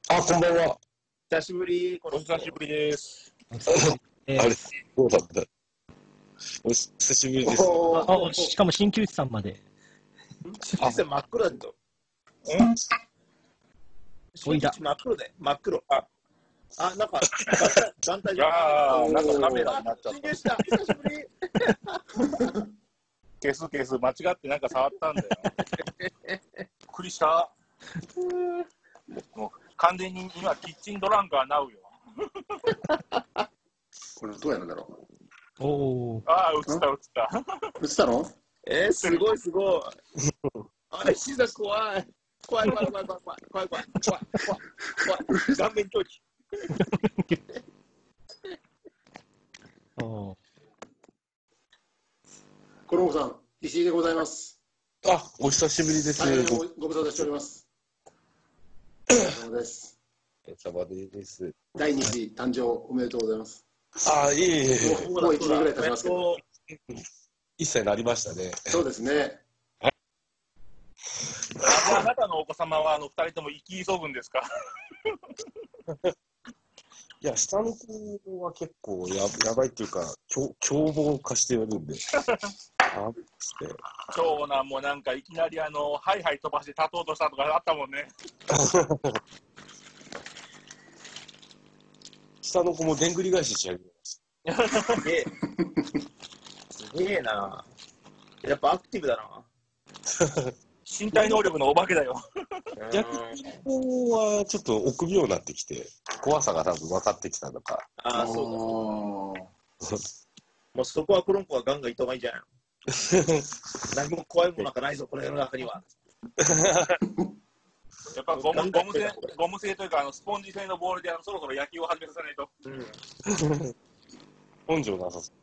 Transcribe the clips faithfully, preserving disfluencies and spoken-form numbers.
あ、こんばんは。 久しぶり。 お久しぶりです。 あれ、そうだった。お久しぶりです。 あ、しかも鍼灸師さんまで。 鍼灸師さん真っ黒だけど。鍼灸師真っ黒で、真っ黒。あ、あ、なんか、団体いやー、なんかカメラになっちゃった。 鍼灸師さん、久しぶり。 消す消す、間違ってなんか触ったんだよ。びっくりした。もう完全に今、キッチンドランカーナウよ。 これどうやるんだろう。おお。ああ、映った映った。 映ったの？ えー、すごいすごい。あ、石田怖い。怖い怖い怖い怖い怖い怖い怖い怖い怖い。顔面狂気。 お。 コロンボさん、石井でございます。 あ、お久しぶりです。 大変ごご無沙汰しております。お疲れ様です。 お疲れ様です。 第二子誕生おめでとうございます。 あ、いえいえ。 もう、もういちねんぐらい経ちますけど。 いっさいになりましたね。 そうですね。 あ, あなたのお子様はあのふたりとも生き急ぐんですか？ いや、下の子は結構 や, やばいっていうか、凶凶暴化してるんで。あ長男もなんかいきなりあのハイハイ飛ばして立とうとしたとかあったもんね。 下の子もでんぐり返ししちゃいます。 すげえ。すげえな。やっぱアクティブだな。 身体能力のお化けだよ。 逆に子はちょっと臆病になってきて、怖さが多分分かってきたのか。 ああ、そうだ。もうそこはコロンコはガンガンいった方がいいんじゃないの？何も怖いものなんかないぞ、この世の中には。 やっぱゴム、ゴム製、ゴム製というかあのスポンジ製のボールであのそろそろ野球を始めさせないと。 うん、 本性なさそう。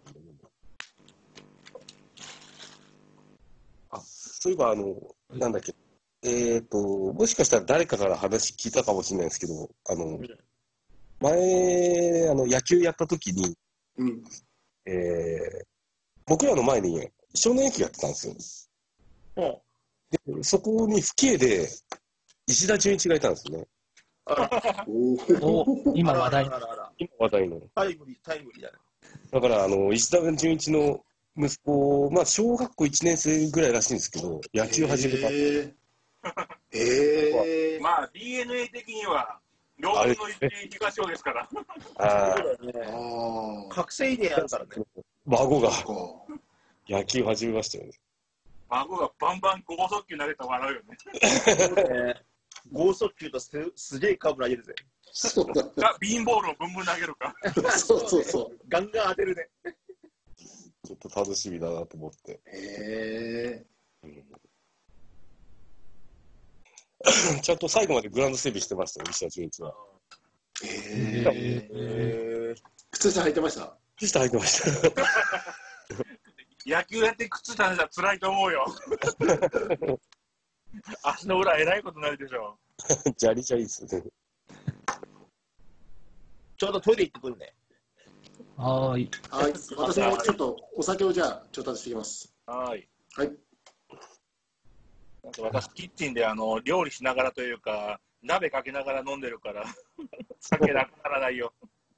あ、そういえばあの、なんだっけ、えっと、もしかしたら誰かから話聞いたかもしれないですけど、あの、うん、前、あの、野球やった時に、うん、えー、僕らの前に少年野球やってたんですよ。うん、で、そこに父兄で石田純一がいたんですよね。 お今話題の。 今話題の。 タイムリー、タイムリーだね。 だから、あの、石田純一の息子、まあ、小学校いちねん生ぐらいらしいんですけど、野球始めた。えー、えー、まあ、ディーエヌエー 的には、両分のいち東尾ですから。 ああ、覚醒遺伝あるからね。 孫が野球始めましたよね。 孫がバンバン剛速球投げたら笑うよね。 剛速球と す, すげえカーブ投げるぜ。 そうだ。 ビーンボールをブンブン投げるか。 そうそうそう。 ガンガン当てるね。 ちょっと楽しみだなと思って。へえ、うん。ちゃんと最後までグラウンド整備してましたよ、石田純一は。 へえ。靴下履いてました？ 靴下履いてました。 野球やって靴下履いたら辛いと思うよ。足の裏えらいことになるでしょ。 ジャリジャリですね。 ちょうどトイレ行ってくるね。 はい。 はい。私もちょっとお酒をじゃあ調達してきます。 はい。 はい。 私キッチンであの料理しながらというか鍋かけながら飲んでるから酒なくならないよ。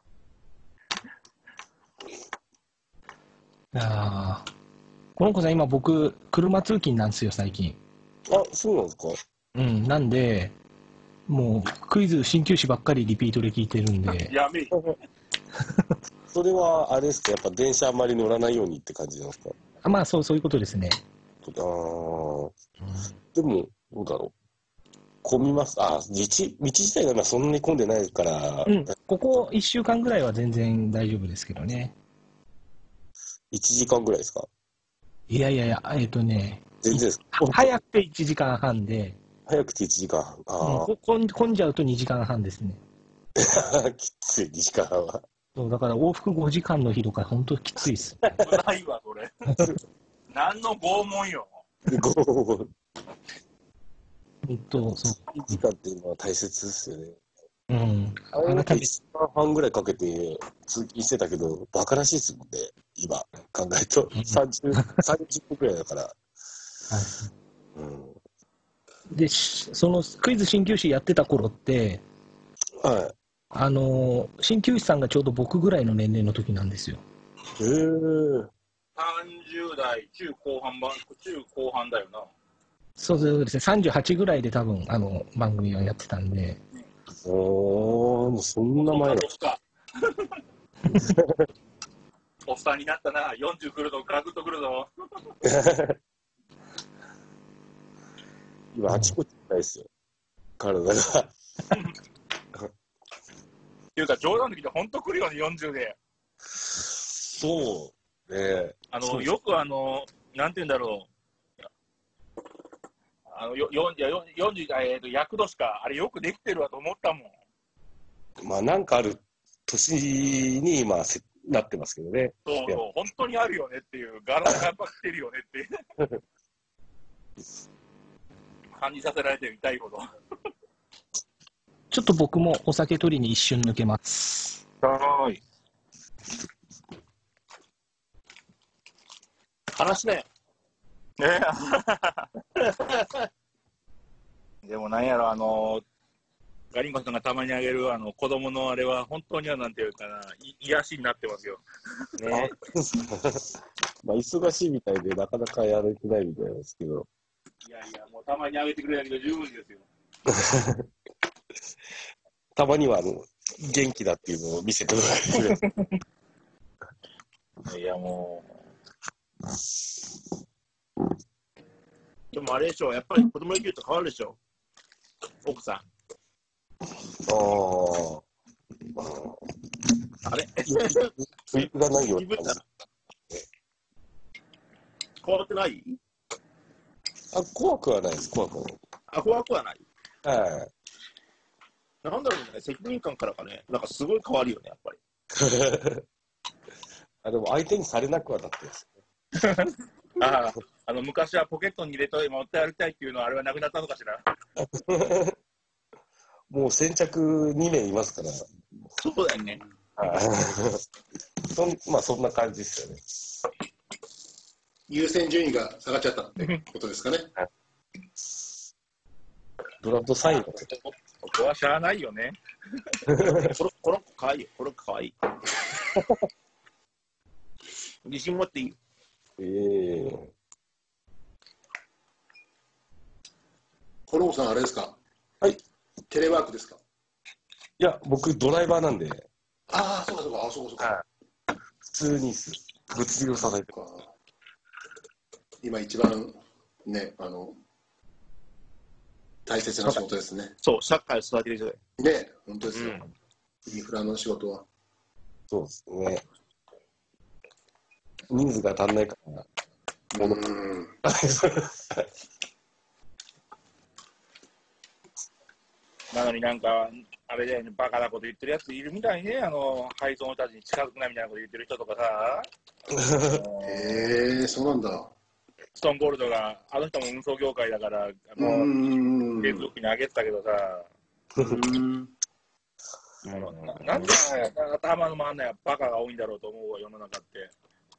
ああ。この子さん今僕車通勤なんですよ最近。 あ、そうなんですか。 うん、なんでもうクイズ鍼灸師ばっかりリピートで聞いてるんで。 やべえ。 それはあれですか、やっぱ電車あんまり乗らないようにって感じなんですか。 あ、まあそうそういうことですね。 ああ、うん、でもどうだろう。混みます。あ、道道自体がそんなに混んでないから。 うん、ここいっしゅうかんぐらいは全然大丈夫ですけどね。 いちじかんぐらいですか。 いやいやいや、えっ、ー、とね、 全然です。 早くていちじかんはんで、 早くていちじかんはん。あ、 うん、混ん混んじゃうとにじかんはんですね。 きついにじかんはんは。 そうだから往復ごじかんの日とか本当きついっす。 ないわそれ。何の拷問よ。 拷問。 本当そう。 いちじかんっていうのは大切ですよね。 うん。 あなたいちじかんはんぐらいかけて通勤してたけど、バカらしいですもんね。今考えるとさんじゅう、さんじゅっぷんぐらいだから。はい。 うん、でそのクイズ鍼灸師やってた頃って、 はあのー、鍼灸師さんがちょうど僕ぐらいの年齢の時なんですよ。 い。へえ。 さんじゅう代中後半ば、中後半だよな。 そうですね、さんじゅうはちぐらいで多分、あの、番組をやってたんで。 おー、もうそんな前だ。 おっさんになったな、よんじゅう来るぞ、ガクッと来るぞ。 今、あちこちないですよ。体が。 っていうか、冗談で聞いて、本当来るよね、よんじゅうで。 そうね。 あの、 そうよくあの、なんて言うんだろう。あの、よ、よ、いやよよんじゅう、えっと、厄年か、あれよくできてるわと思ったもん。 まあ、なんかある年に今、せなってますけどね。 そうそう、本当にあるよねっていう、柄がやっぱ来てるよねっていう。感じさせられてる、痛いほど。 ちょっと僕もお酒取りに一瞬抜けます。 はーい。 話ね。 ねえ。でもなんやろ、あの、ガリンコさんがたまにあげるあの子供のあれは本当にはなんていうかな、い癒しになってますよ。ね、 まあ、忙しいみたいで、なかなかやれてないみたいなんですけど。 いやいや、もうたまにあげてくれるだけで十分ですよ。 たまにはあの元気だっていうのを見せてもらえる。 いや、もう。でもあれでしょ、やっぱり子供がいると変わるでしょ、奥さん。 ああ。 あれ冬がないような。変わってない？ あ、怖くはないです、怖くはない。 あ、怖くはない。 はい。 なんだろうね、責任感からかね、なんかすごい変わるよね、やっぱり。 あ、でも相手にされなくはなってます。 ああ、あの昔はポケットに入れと持って歩きたいっていうのはあれはなくなったのかしら。 もう先着にめんいますから。 そうだよね。 そんまあそんな感じですよね。 優先順位が下がっちゃったってことですかね。 ドラフトさんいだここはしゃあないよね。 このこの子かわいいよ、この子かわいい。自信持っていい。 ええー。 コロンさん、あれですか？ はい。 テレワークですか？ いや、僕、ドライバーなんで。 ああ、そうかそうか、あそうかそうか。 普通に物流を支えてます。 今一番ね、あの、大切な仕事ですね。 そう、社会を育てる人だよ。 ね、本当ですよ。うん、インフラの仕事は。 そうですね。人数が足んないから。 うん。 なのになんか、あれだよね、バカなこと言ってるやついるみたいね、あの、配送の人たちに近づくなみたいなこと言ってる人とかさ。 へえ、そうなんだ。 ストーンゴールドが、あの人も運送業界だから、あの、フェイスブックに上げてたけどさ、 うんな, なんで頭の回んないバカが多いんだろうと思うわ、世の中って。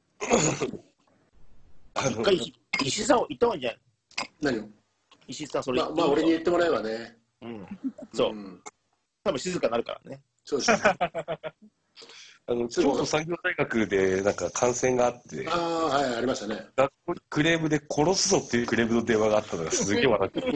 一回、石井さんを言った方がいいんじゃない？ 何を？ 石井さん、それまあ、まあ、俺に言ってもらえばね。 うん、そう、うん、多分静かになるからね。 そうですね。 あの京都産業大学でなんか感染があって、 ああ、はい、ありましたね。 学校にクレームで殺すぞっていうクレームの電話があったのがすげえ笑って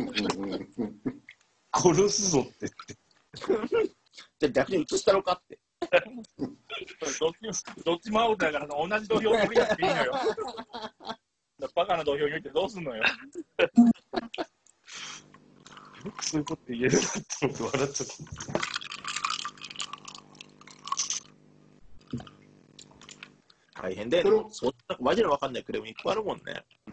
殺すぞって言って。 じゃあ逆に移したろかって。 どっちどっちもアウトだから同じ土俵に降りなくていいのよ。バカな土俵に降りてどうすんのよ。 よくそういうこと言えるなって思って笑っちゃった。 大変だよね。そんなマジで分かんないクレームいっぱいあるもんね。 うん、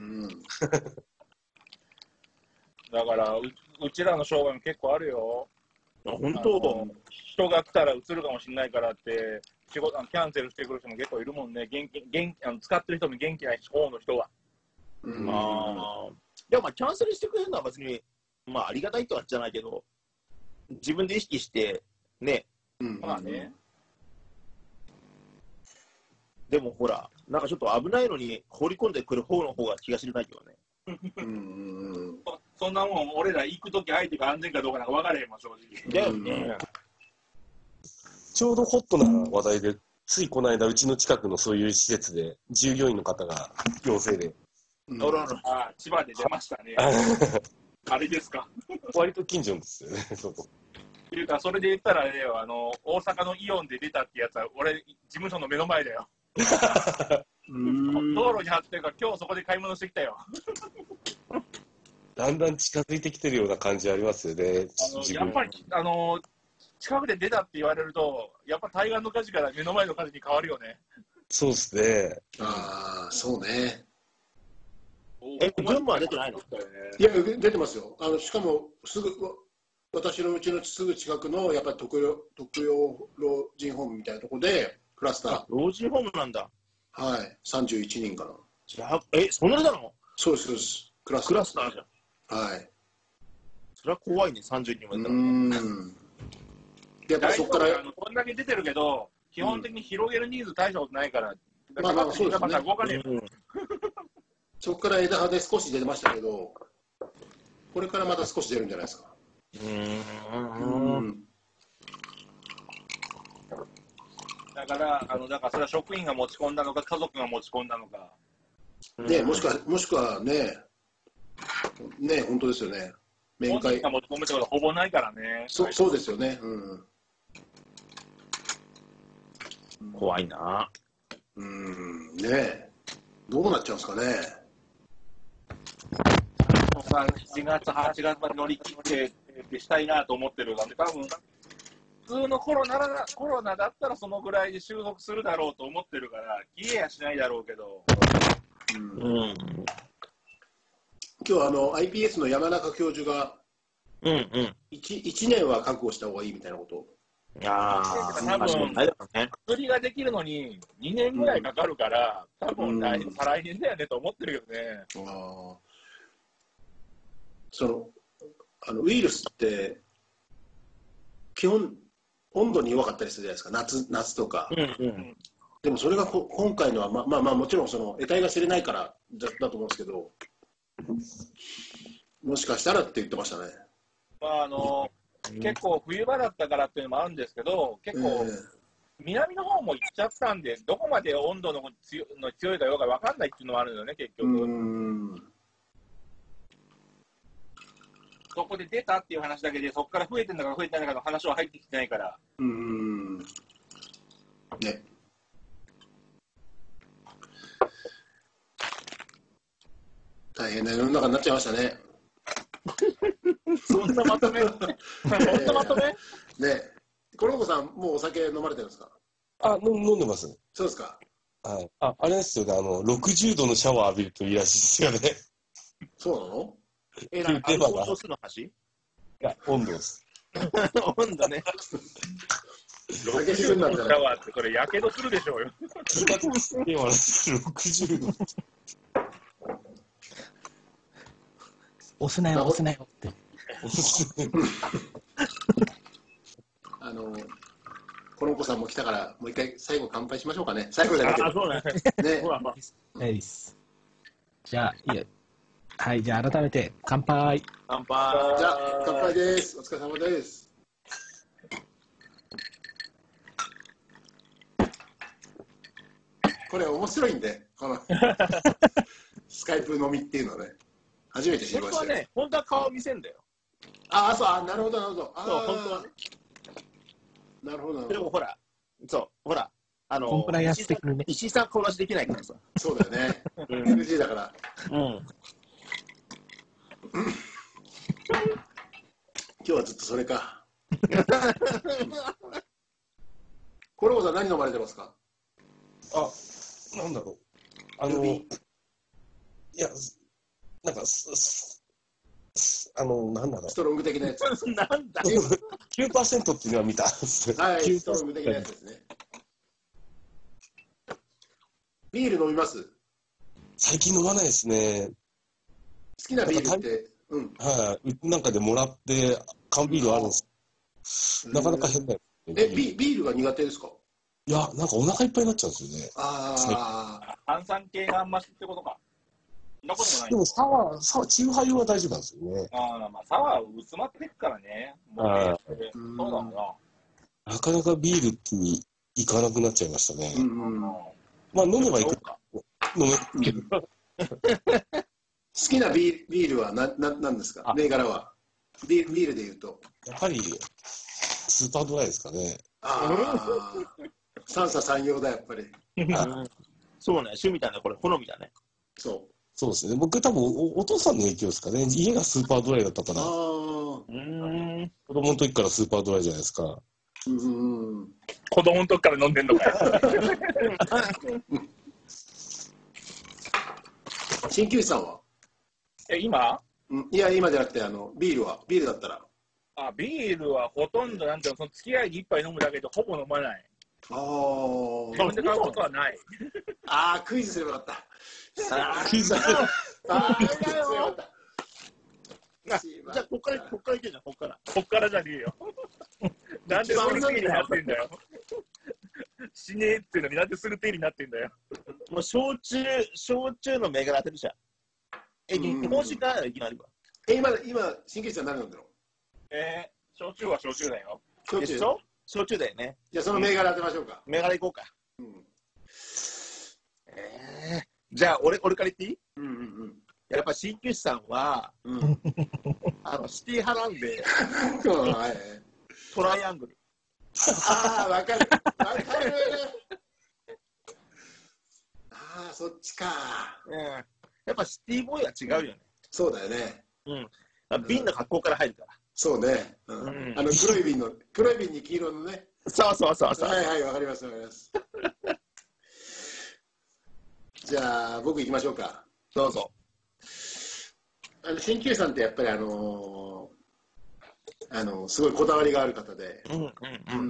だからう、うちらの商売も結構あるよ。 本当？ 人が来たら映るかもしれないからって、仕事キャンセルしてくる人も結構いるもんね。元気元気あの使ってる人も元気な方の人は。 うん、 あでもまあキャンセルしてくれるのは別に、まあ、ありがたいとはじゃないけど、自分で意識してね、 うん、 まあね。 でもほら、なんかちょっと危ないのに放り込んでくる方の方が気が知れないけどね。 うん、 そ, そんなもん、俺ら行くとき相手が安全かどうかなんか分からへんもん、正直。 だよね。 ちょうどホットな話題で、ついこの間、うちの近くのそういう施設で、従業員の方が陽性で。 うん、あ、千葉で出ましたね。あれですか。 割と近所ですよね、そこ。 っていうか、それで言ったらあれよ、あの、大阪のイオンで出たってやつは、俺、事務所の目の前だよ。道路に貼ってるから、今日そこで買い物してきたよ。 だんだん近づいてきてるような感じありますよね。 やっぱり、あの、近くで出たって言われると、やっぱ対岸の火事から目の前の火事に変わるよね。 そうですね。 ああ、そうね。 え、群馬は出てないの？ いや、出てますよ。あのしかも、すぐ、私のうちのすぐ近くの、やっぱり特養、特養老人ホームみたいなところで、クラスター。 老人ホームなんだ。 はい、さんじゅういちにんかな。 じゃあ、え、そんなになの？ そうです、そうです。クラスター。 クラスターじゃん。 はい。 それは怖いね、さんじゅうにんも出たら。 うん。やっぱりそこから。 こんだけ出てるけど、基本的に広げるニーズ大したことないから、 まあまあ、そうですね。 動かねえもん。 そこから枝葉で少し出ましたけど、これからまた少し出るんじゃないですか。うん。 だから、あの、だからそれは職員が持ち込んだのか、家族が持ち込んだのか。 ね、もしくは、もしくはね、ね、本当ですよね。面会。 本人が持ち込むってことはほぼないからね。 そ、そうですよね。うん。 怖いな。 うん、ね、どうなっちゃうんですかね。 しちがつ、はちがつまで乗り切ってしたいなと思ってるので、多分普通のコロナなコロナだったらそのぐらいで収束するだろうと思ってるから、消えやしないだろうけど。 うんうん、今日はあの アイピーエス の山中教授が、 うんうん、 いち, いちねんは確保した方がいいみたいなことを。 ああ、多分薬ができるのににねんぐらいかかるから、うん、多分来、うん、再来年だよねと思ってるけどね。 あそのあのウイルスって基本温度に弱かったりするじゃないですか、夏夏とか。 うんうん、 でもそれがこ今回のはままあまあもちろんその得体が知れないからだだと思うんですけど、もしかしたらって言ってましたね。 まああの結構冬場だったからっていうのもあるんですけど、結構南の方も行っちゃったんで、どこまで温度の強の強いか弱いか分かんないっていうのもあるんだよね、結局。うんそこで出たっていう話だけで、そこから増えてるのか増えてないのかの話は入ってきてないから。 うんね。大変な世の中になっちゃいましたね。 そんなまとめそんなまとめね、コロンコさん、もうお酒飲まれてるんですか？ あ、飲んでます。 そうですか。 はい。あ、あれですよね、あの、ろくじゅうどのシャワー浴びるといいらしいですよね。 そうなの？ え、なんか、アルコール度数の話？いや、温度です。 温度ね。 ろくじゅうどのシャワーってこれ、やけどするでしょうよ。 今、ろくじゅうど。 押すなよ、押すなよって。 あの、コロンコさんも来たから、もう一回最後乾杯しましょうかね。最後じゃなくて。 あ、そうね。 ね。 はいです。じゃあ、いや、はい、じゃあ改めて乾杯。 乾杯。 じゃあ乾杯です。お疲れ様です。これ面白いんで、このスカイプ飲みっていうのはね。初めて知りましたよ。 本当はね、本当は顔見せんだよ。 ああ、そう、あ、なるほど、なるほど。あそう、本当はね。 なるほど。 でもほら、そう、ほら、あの、 コンプライアンス的にね。 石井さん殺しできないからさ。 そうだよね。エヌジー だから。 うん。 今日はずっとそれか。コロコさん何飲まれてますか？ あ、なんだろう。あの、いや、なんかすすあの、なんだろう。 ストロング的なやつ。 なんだきゅうパーセント っていうのは見た。 はい、ストロング的なやつですね。ビール飲みます？ 最近飲まないですね。 好きなビールって、うん。 はい、なんかでもらって、缶ビールあるんです。なかなか変だよ。 え、ビビールが苦手ですか？ いや、なんかお腹いっぱいになっちゃうんですよね。 ああ。炭酸系があんましってことか。そんなこともない。 でもサワー、サワー、チューハイは大丈夫なんですよね。 ああ、まあサワー薄まってくからね。もうね、そうだもんな。 なかなかビールっていかなくなっちゃいましたね。 うんうん、 まあ飲めばいいけど、飲めるけど。 好きなビール、ビールはな、な、なんですか、銘柄は。ビール、ビールで言うと。 やはり、スーパードライですかね。 ああ、三者三様だ、やっぱり。 そうね、趣味だね、これ、好みだね。 そう。 そうですね。僕多分お、お父さんの影響ですかね。家がスーパードライだったから、 ああ、 うん。 子供の時からスーパードライじゃないですか。 うんうん。 子供の時から飲んでんのかよ。 鍼灸師さんは？ え、今うん、いや、今じゃなくて、あの、ビールは、ビールだったら。 あ、ビールはほとんどなんていうの、その付き合いで一杯飲むだけでほぼ飲まない。 あ自分で買うことはない。 あ、ああ、クイズすればよかった。 クイズああ、クイズすればよかった。 じゃあ、こっから、こっからいけんじゃん、こっから。 こっからじゃねえよ。なんでスルテーになってんだよ。死ねえっていうのになんでスルテーになってんだよ。 もう焼酎、焼酎の銘柄当てるじゃん。え、日本酒かいきなりは。 え、今、今、鍼灸師さん何飲んでるの？ えー、焼酎は焼酎だよ。 焼酎。 でしょ？焼酎だよね。 じゃあ、その銘柄当てましょうか。 銘柄いこうか。 うん。 えー、じゃあ、俺、俺から言っていい？ うんうんやっぱ鍼灸師さんは、 うん。うん。 あの、シティ派なんで、 はい。 トライアングル。 ああ、わかる。わかる。ああ、そっちか。 うん。やっぱシティボーイは違うよね。 そうだよね。 うん。瓶の格好から入るから。 そうね。うん。 うん、 あの黒い瓶の、黒い瓶に黄色のね。 そうそうそうそう。 はいはい、わかります、わかります。じゃあ、僕行きましょうか。 どうぞ。 あの鍼灸師さんってやっぱりあのー、あのすごいこだわりがある方で、 うんうんうん。 うん、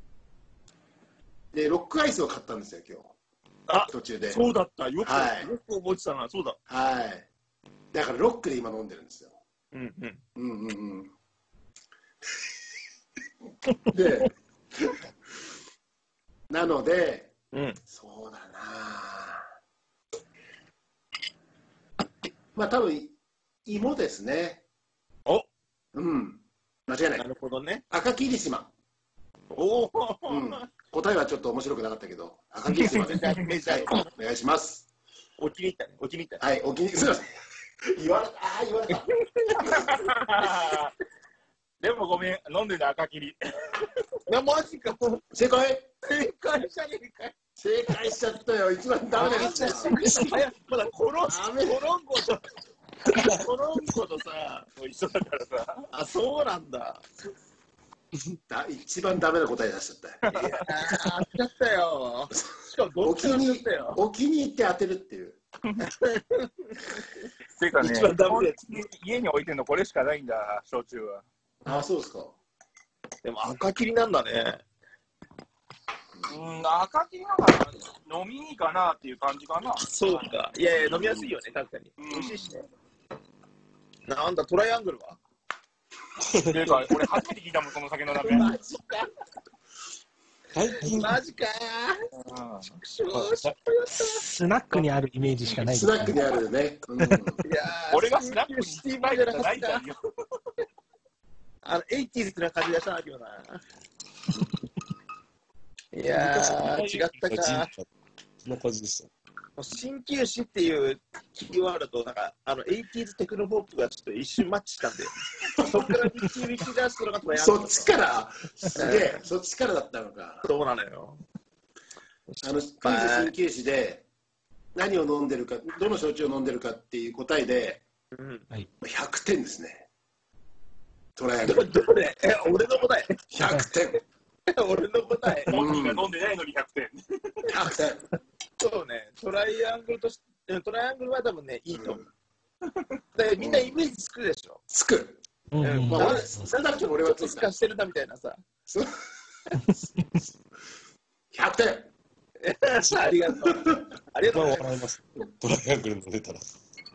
でロックアイスを買ったんですよ今日。 あ、 途中で。 そうだった。よく、 はい、 よく覚えてたな。そうだ。 はい。だからロックで今飲んでるんですよ。 うんうん。 うんうんうん。で、なので、 うん、 そうだな。まあ多分芋ですね。 お、 うん、間違いない。 なるほどね。 赤霧島。 おお、 うん、答えはちょっと面白くなかったけど、赤霧島で、はい、お願いします。 お気に入ったね。お気に入った、 ね。はい、お気に入り、すみません。言われた、ああ、言われた。 でもごめん、飲んでる赤霧。 いや、マジか。 正解正解じゃねえかい。 正解しちゃったよ。一番ダメなやつだ。 まだコロン、コロンコと、コロンコとさ、 一緒だからさ。 あ、そうなんだ。 だ一番ダメな答え出しちゃったよ。 いやー、当たっちゃったよ。しかもどっちも当たったよ。 お気に入って当てるっていう。 っていうかね、家に置いてるのこれしかないんだ、焼酎は。 ああ、そうですか。 でも赤霧なんだね。 うん、赤霧なんか飲みいいかなっていう感じかな。 そうか。いやいや、飲みやすいよね、確かに。美味しいしね。なんだ、トライアングルはっていうか、俺初めて聞いたもん、その酒の名前。 マジか。 最近、 マジかー。 スナックにあるイメージしかない。 スナックにあるね。うん、いや俺がスナックにシティバイじゃないじゃんよ。 あの、エイティーズな感じがしたんだけどな。いやー、違ったか。 そんな感じでした。 鍼灸師っていうキーワードと、なんか、あの、エイティーズテクノポップがちょっと一瞬マッチしたんで、そこから導き出すのがトライアングル。 そっちからすげえ、そっちからだったのか。 そうなのよ。 あの、クイズ鍼灸師で、何を飲んでるか、どの焼酎を飲んでるかっていう答えで、 うん、 ひゃくてんですね。トライアングル。 どれえ、俺の答え。 ひゃくてん。 俺の答え。 本人が飲んでないのにひゃくてん。 ひゃくてん。 そうね、トライアングルとしトライアングルは多分ね、いいと思う。でみんなイメージつくでしょ。 つく。 うんうん、 まあ、俺、それだけ俺はついた。 すかしてるなみたいなさ。 ひゃくてん。 ありがとう。ありがとうございます。 笑います。トライアングル飲んでたら。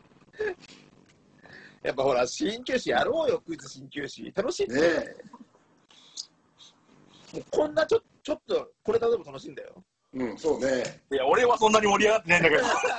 やっぱほら、鍼灸師やろうよ、クイズ鍼灸師。楽しいね。もうこんなちょちょっと、これ例えば楽しいんだよ。 うん、そうね。 いや、俺はそんなに盛り上がってないんだけど。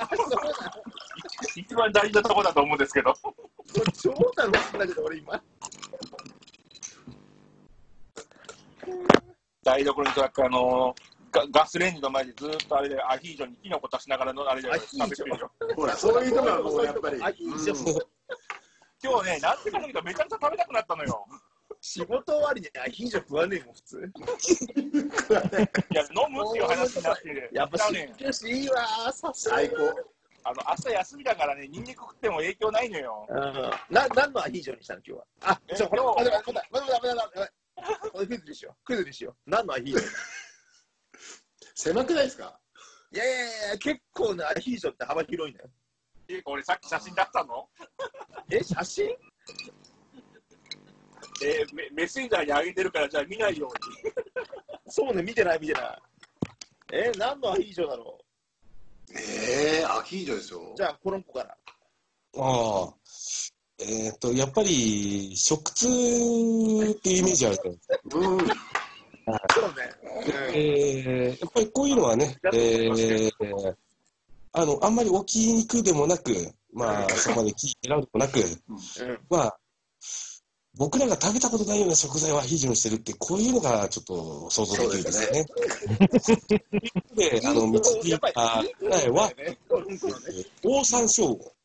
一番大事なとこだと思うんですけど。 超楽しいんだけど、俺今。 台所に座ってあのガガスレンジの前でずっとあれでアヒージョにキノコ足しながらのあれで食べてるよ。 ほら、そういうのがもうやっぱり。 アヒージョ、うん、 今日ね、なんてかだけどめちゃくちゃ食べたくなったのよ。 仕事終わりにアヒージョ食わねえもん、普通。 いや、飲むっていう話になってる。 やっぱ鍼灸師いいわ、さすが。最高。 あの、明日休みだからね、ニンニク食っても影響ないのよ。 うん。な、何のアヒージョにしたの、今日は。あ、ちょ、これ、待って待って待って待って待って。これクイズにしよう。クイズにしよう。何のアヒージョ狭くないですか？ いやいやいや、結構なアヒージョって幅広いんだよ。 え、俺さっき写真出したの？ え、写真？ えー、メ, メッセンジャーに上げてるからじゃあ見ないように。 そうね、見てない見てない。えー、何のアヒージョだろう？えー、アヒージョですよ。 じゃあ、コロンコから。 ああ。えっと、やっぱり、食通っていうイメージあるじゃないですか。 うん。そうね。 えー、やっぱりこういうのはね、えー、あの、あんまり置きにくでもなく、まあ、そこまで気選ぶでもなく、うん、まあ、僕らが食べたことないような食材をアヒージョにしてるって、こういうのがちょっと想像できるんですよね。で、あの、導いた苗は、オオサンショウウオ。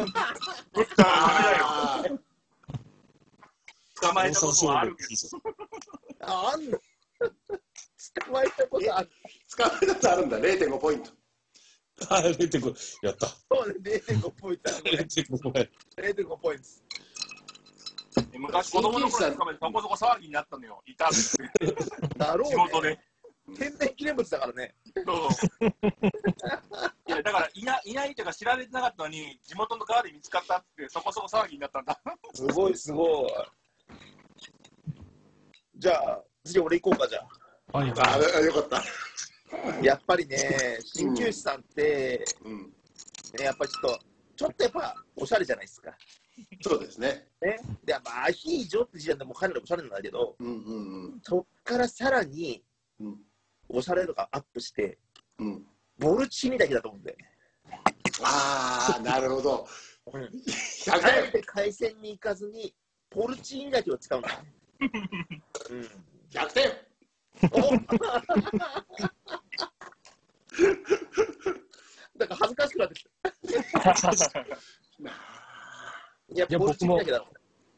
捕まえたことはあるけど。 あんの捕まえたことある。 捕まえたことあるんだ、れいてんごポイント。 あ、れいてんご、やった。 そうね、れいてんごポイント。 れいてんごポイント。 れいてんごポイント。 昔子供の頃に捕まえてそこそこ騒ぎになったのよ。いたんですだろうね。 仕事で。 天然記念物だからね。 そういやだからいないないというか知られてなかったのに地元の川で見つかったってそこそこ騒ぎになったんだ。 すごいすごい。じゃあ次俺行こうかじゃあ。 あ、よかった。 やっぱりね鍼灸師さんって、うんうんね、やっぱりちょっとちょっとやっぱおしゃれじゃないですか。 そうですね。 ねでやっぱアヒージョって時点でもうかなりおしゃれなんだけど、うんうんうん、そっからさらに、うんおしゃれ度がアップして、うん、ボルチーニだけだと思うんだよね。 ああ、なるほど。 うん、あえて海鮮に行かずに、ボルチーニだけを使うんだ、ね。うん、 ひゃくてんだから恥ずかしくなってきた。いや、ボルチーニだけだろ。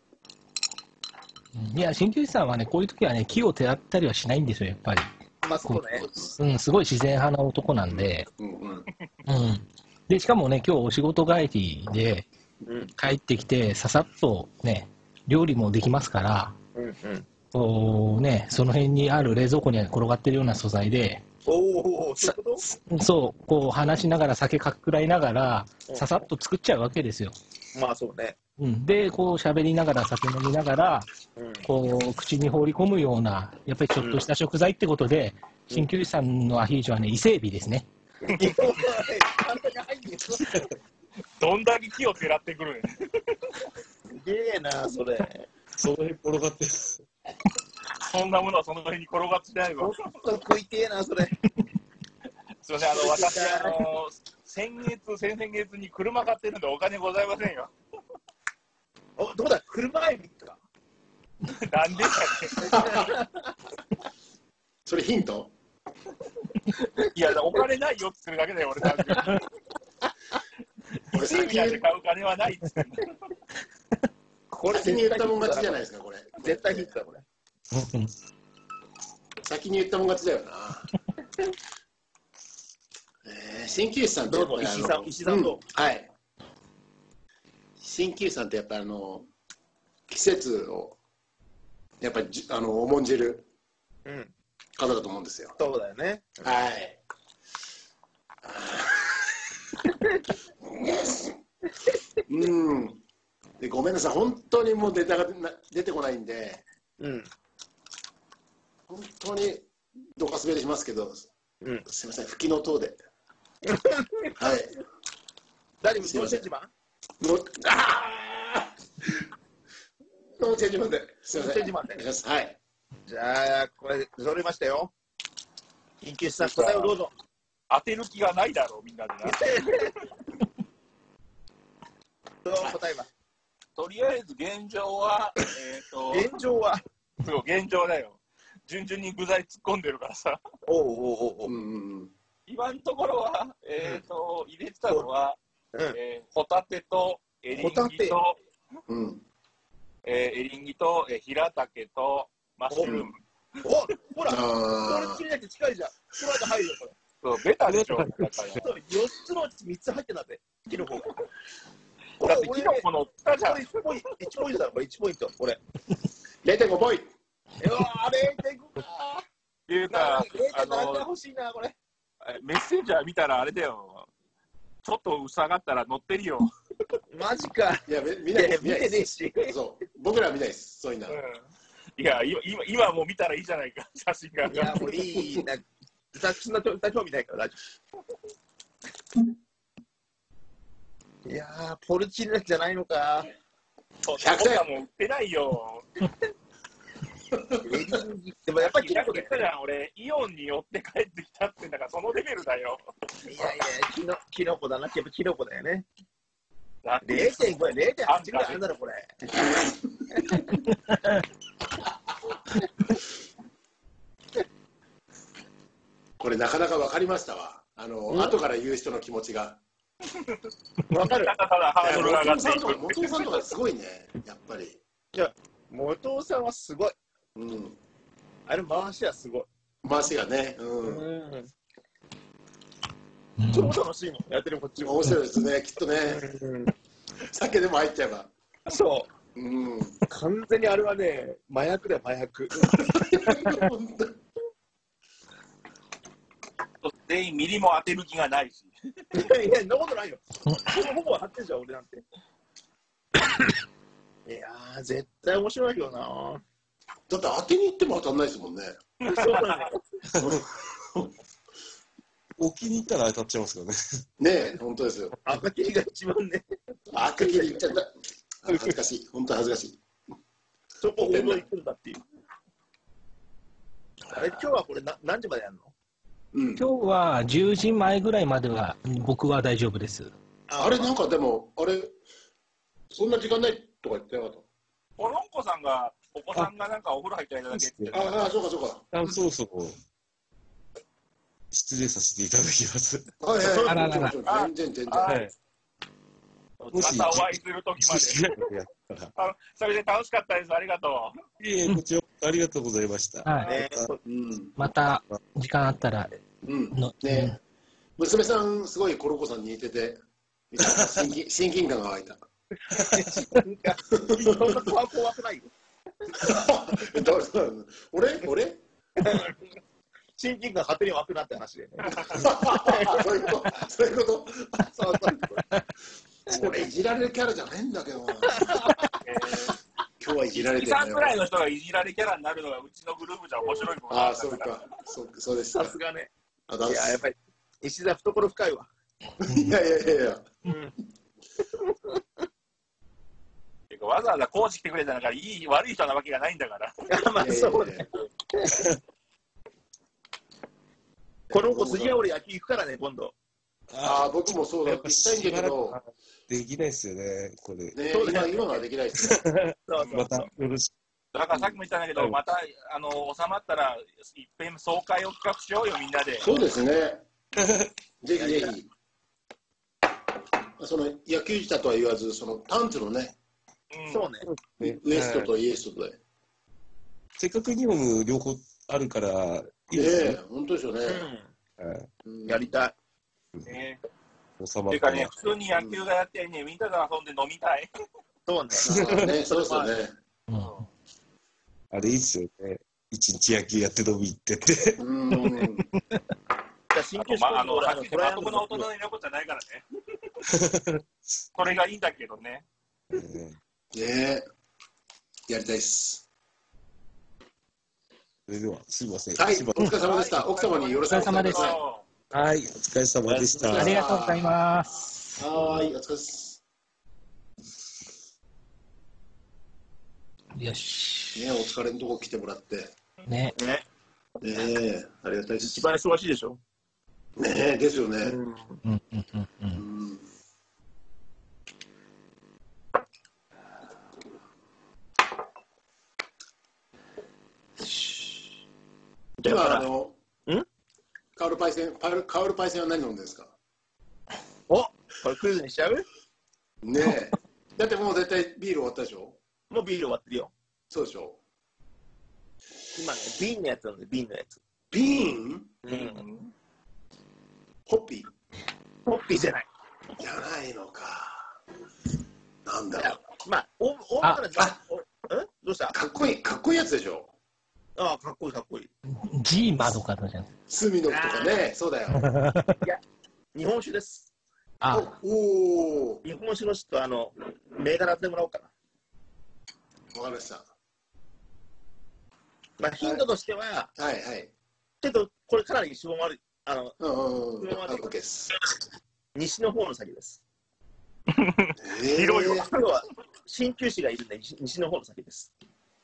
いや、鍼灸師さんはね、こういう時はね、木をてらったりはしないんですよ、やっぱり。 まあそうね、 うん、すごい自然派な男なんで、うんうんうん、でしかもね、今日お仕事帰りで帰ってきて、ささっとね、料理もできますから、うんうん、こうね、その辺にある冷蔵庫に転がってるような素材で、 おそう、こう話しながら、酒かくらいながら、ささっと作っちゃうわけですよ。 まあそうね。 うん、で、こう喋りながら、酒飲みながら、うん、こう口に放り込むような、やっぱりちょっとした食材ってことで、鍼灸師さんのアヒージョはね、伊勢エビですね。 どんだけ木をてらってくるんすげえな、それ。 その辺転がってる。 そんなものはその辺に転がってないわ。 ちょっと食いてえな、それ。 すみません、あの、私、あの、先月、先々月に車買ってるんでお金ございませんよ。 お、どうだ、車エビか。 なんでかね。 それヒント？ いや、お金ないよって言ってるだけだよ、俺なんか。俺、先に買う金はないっつってんだ。 これ先に言ったもん勝ちじゃないですか、これ。 絶対ヒントだ、これ。 先に言ったもん勝ちだよな。えー、鍼灸師さんってやっぱり石井さん、石井さんと、 うん、はい鍼灸師さんってやっぱりあの季節をやっぱりあの重んじる方だと思うんですよ、 うん、そうだよね、 はいうんでごめんなさい本当にもう出たが出てこないんで、うん、本当にどか滑りしますけど、うん、すみません吹きの塔ではい。 誰もノーチェンジマン？ ノーあノーチェンジマンで。すみません。 ノーチェンジマンで。 はい。 じゃあこれ揃いましたよ。緊急した答えをどうぞ。 当てる気がないだろうみんなでな。 どう答えは。 とりあえず現状はえっと。 現状は。 そう現状だよ。 順々に具材突っ込んでるからさ。 おうおうおうおう。 今のところは、えっと、入れてたのは、えー、ホタテとエリンギと、うん、えー、エリンギと、えー、ヒラタケとマッシュルーム。 お、ほら、これ切りだけ近いじゃん。この間入るよ、これ。 そう、ベタでしょ。よっつのうちみっつ入ってんだって、キノコが。 だってキノコのったじゃん。 いちポイント、いちポイントだろ、これいちポイント、これ。 れいてんごポイント。 うわー、れいてんごかー。 っていうか、 あの、欲しいな、これ。 メッセージャー見たらあれだよ。ちょっと薄上がったら乗ってるよ。 マジか。 いや、見ない見てねえし。 そう、僕らは見ないです、そういうの。 いや、今、今もう見たらいいじゃないか、写真が。 いや、もういいな。私の興味ないから、大丈夫。いやー、ポルチーナじゃないのか。 ひゃくてんも売ってないよ。 でもやっぱりキノコ言ったじゃん、俺、イオンに寄って帰ってきたってんだから、そのレベルだよ。 いやいや、キノキノコだな、やっぱキノコだよね。れいてんご や、れいてんはちぐらいあるんだろ、これ。 これなかなか分かりましたわ。あの、後から言う人の気持ちが。 分かる。 ただただハードルが上がっていく。 元尾さんとかすごいね、やっぱり。 いや、元尾さんはすごい。 うん。 あれ回しはすごい。 回しがね。うん。 うん、超楽しいもん、やってるこっちも。 面白いですね、きっとね。うん、酒でも入っちゃえば。 そう。うん。完全にあれはね、麻薬だよ、麻薬。 本当。 全員ミリも当てる気がないし。 いやいや、そんなことないよ。ほぼ当ってんじゃん、俺なんて。いやー、絶対面白いよな。 だって当てに行っても当たんないですもんね。 そうだね。 置きに行ったら当たっちゃいますからね。 ねえ、本当ですよ。 赤切りが一番ね。 赤切りいっちゃった。恥ずかしい。本当恥ずかしい。 そこ王道行くんだっていう。あれ、今日はこれな何時までやるの？ うん、今日はじゅうじまえぐらいまでは僕は大丈夫です。 あれなんかでもあれそんな時間ないとか言ってなかった？ おろんこさんがお子さんがなんかお風呂入ってないだけって。 ああそうかそうか。 あそうそう。失礼させていただきます。 はいはい。 あららら。 全然全然。はい。 またお会いするときまで。あ、それで楽しかったです。ありがとう。いえ、こちらありがとうございました。 はい。また時間あったら。 うん。ね。娘さんすごいコロコさんに似てて、親近感が湧いた。 そんな怖くないよ。 俺俺？ 親近感勝手に湧くなって話でね。 そういうこと。そういうこと。そうそう。俺いじられるキャラじゃないんだけどな。今日はいじられてる。 さんくらいの人がいじられキャラになるのがうちのグループじゃ面白いもん。 ああ、そうか。そうそうです。 さすがね。いややっぱり石田懐深いわ。 いやいやいやいや。 わざわざコーチ来てくれたんだからいい悪い人なわけがないんだから。 まあそうね。この子次は俺野球行くからね今度。 ああ僕もそうだ行きたいんだけどできないですよねこれ。 ね今今はできないですね。 またよろしく。 だからさっきも言ったんだけど、またあの収まったらいっぺん総会を企画しようよみんなで。 そうですね。ぜひぜひ。その野球自体とは言わずそのパンツのね。 そうね。 ウエストとイエストで。せっかくユニフォーム両方あるからいいですね。本当ですよね。 やりたい。ね。ていうかね、普通に野球がやってね、みんなで遊んで飲みたい。 そうね。 ね、そうですよね。 あれいいっすよね。一日野球やって飲み行ってて。うん。 あの、はっきり言ってまともな大人のいることじゃないからね。それがいいんだけどね。 ねえ、やりたいっす。 それでは、すみません。 はい、お疲れ様でした。奥様によろしくお願いします。 はい、お疲れ様でした。 ありがとうございます。 はい、お疲れです。 よし。 ね、お疲れのとこ来てもらって。 ね。 ね。 ねえ、ありがたいです。 一番忙しいでしょ。 ねえ、ですよね。うん、 うん、うん、うん、うん。 今、あの、んカオルパイセン、カオルパイセンは何飲んでるんですか？ お、これクイズにしちゃう？ ねえ。だってもう絶対ビール終わったでしょ？ もうビール終わってるよ。 そうでしょ？ 今ね、瓶のやつなんで、瓶のやつ。 瓶？ うん。 ホッピー？ ホッピーじゃない。 じゃないのか。なんだろう。まあ、お、お、あ、あ、え？どうした？ かっこいい、かっこいいやつでしょ？ ああ、かっこいい、かっこいい。 ジーマとかじゃん。 スミノフとかね、そうだよ。 いや、日本酒です。 あ、 おお。 日本酒の人とあの銘柄当ててもらおうかな。 わかりました。 まあヒントとしては、 はいはい。 ちょっとこれかなり絞まる、あの、 うんうんうん。 西の方の先です。 広いわ。 要は鍼灸師がいるんで西の方の先です。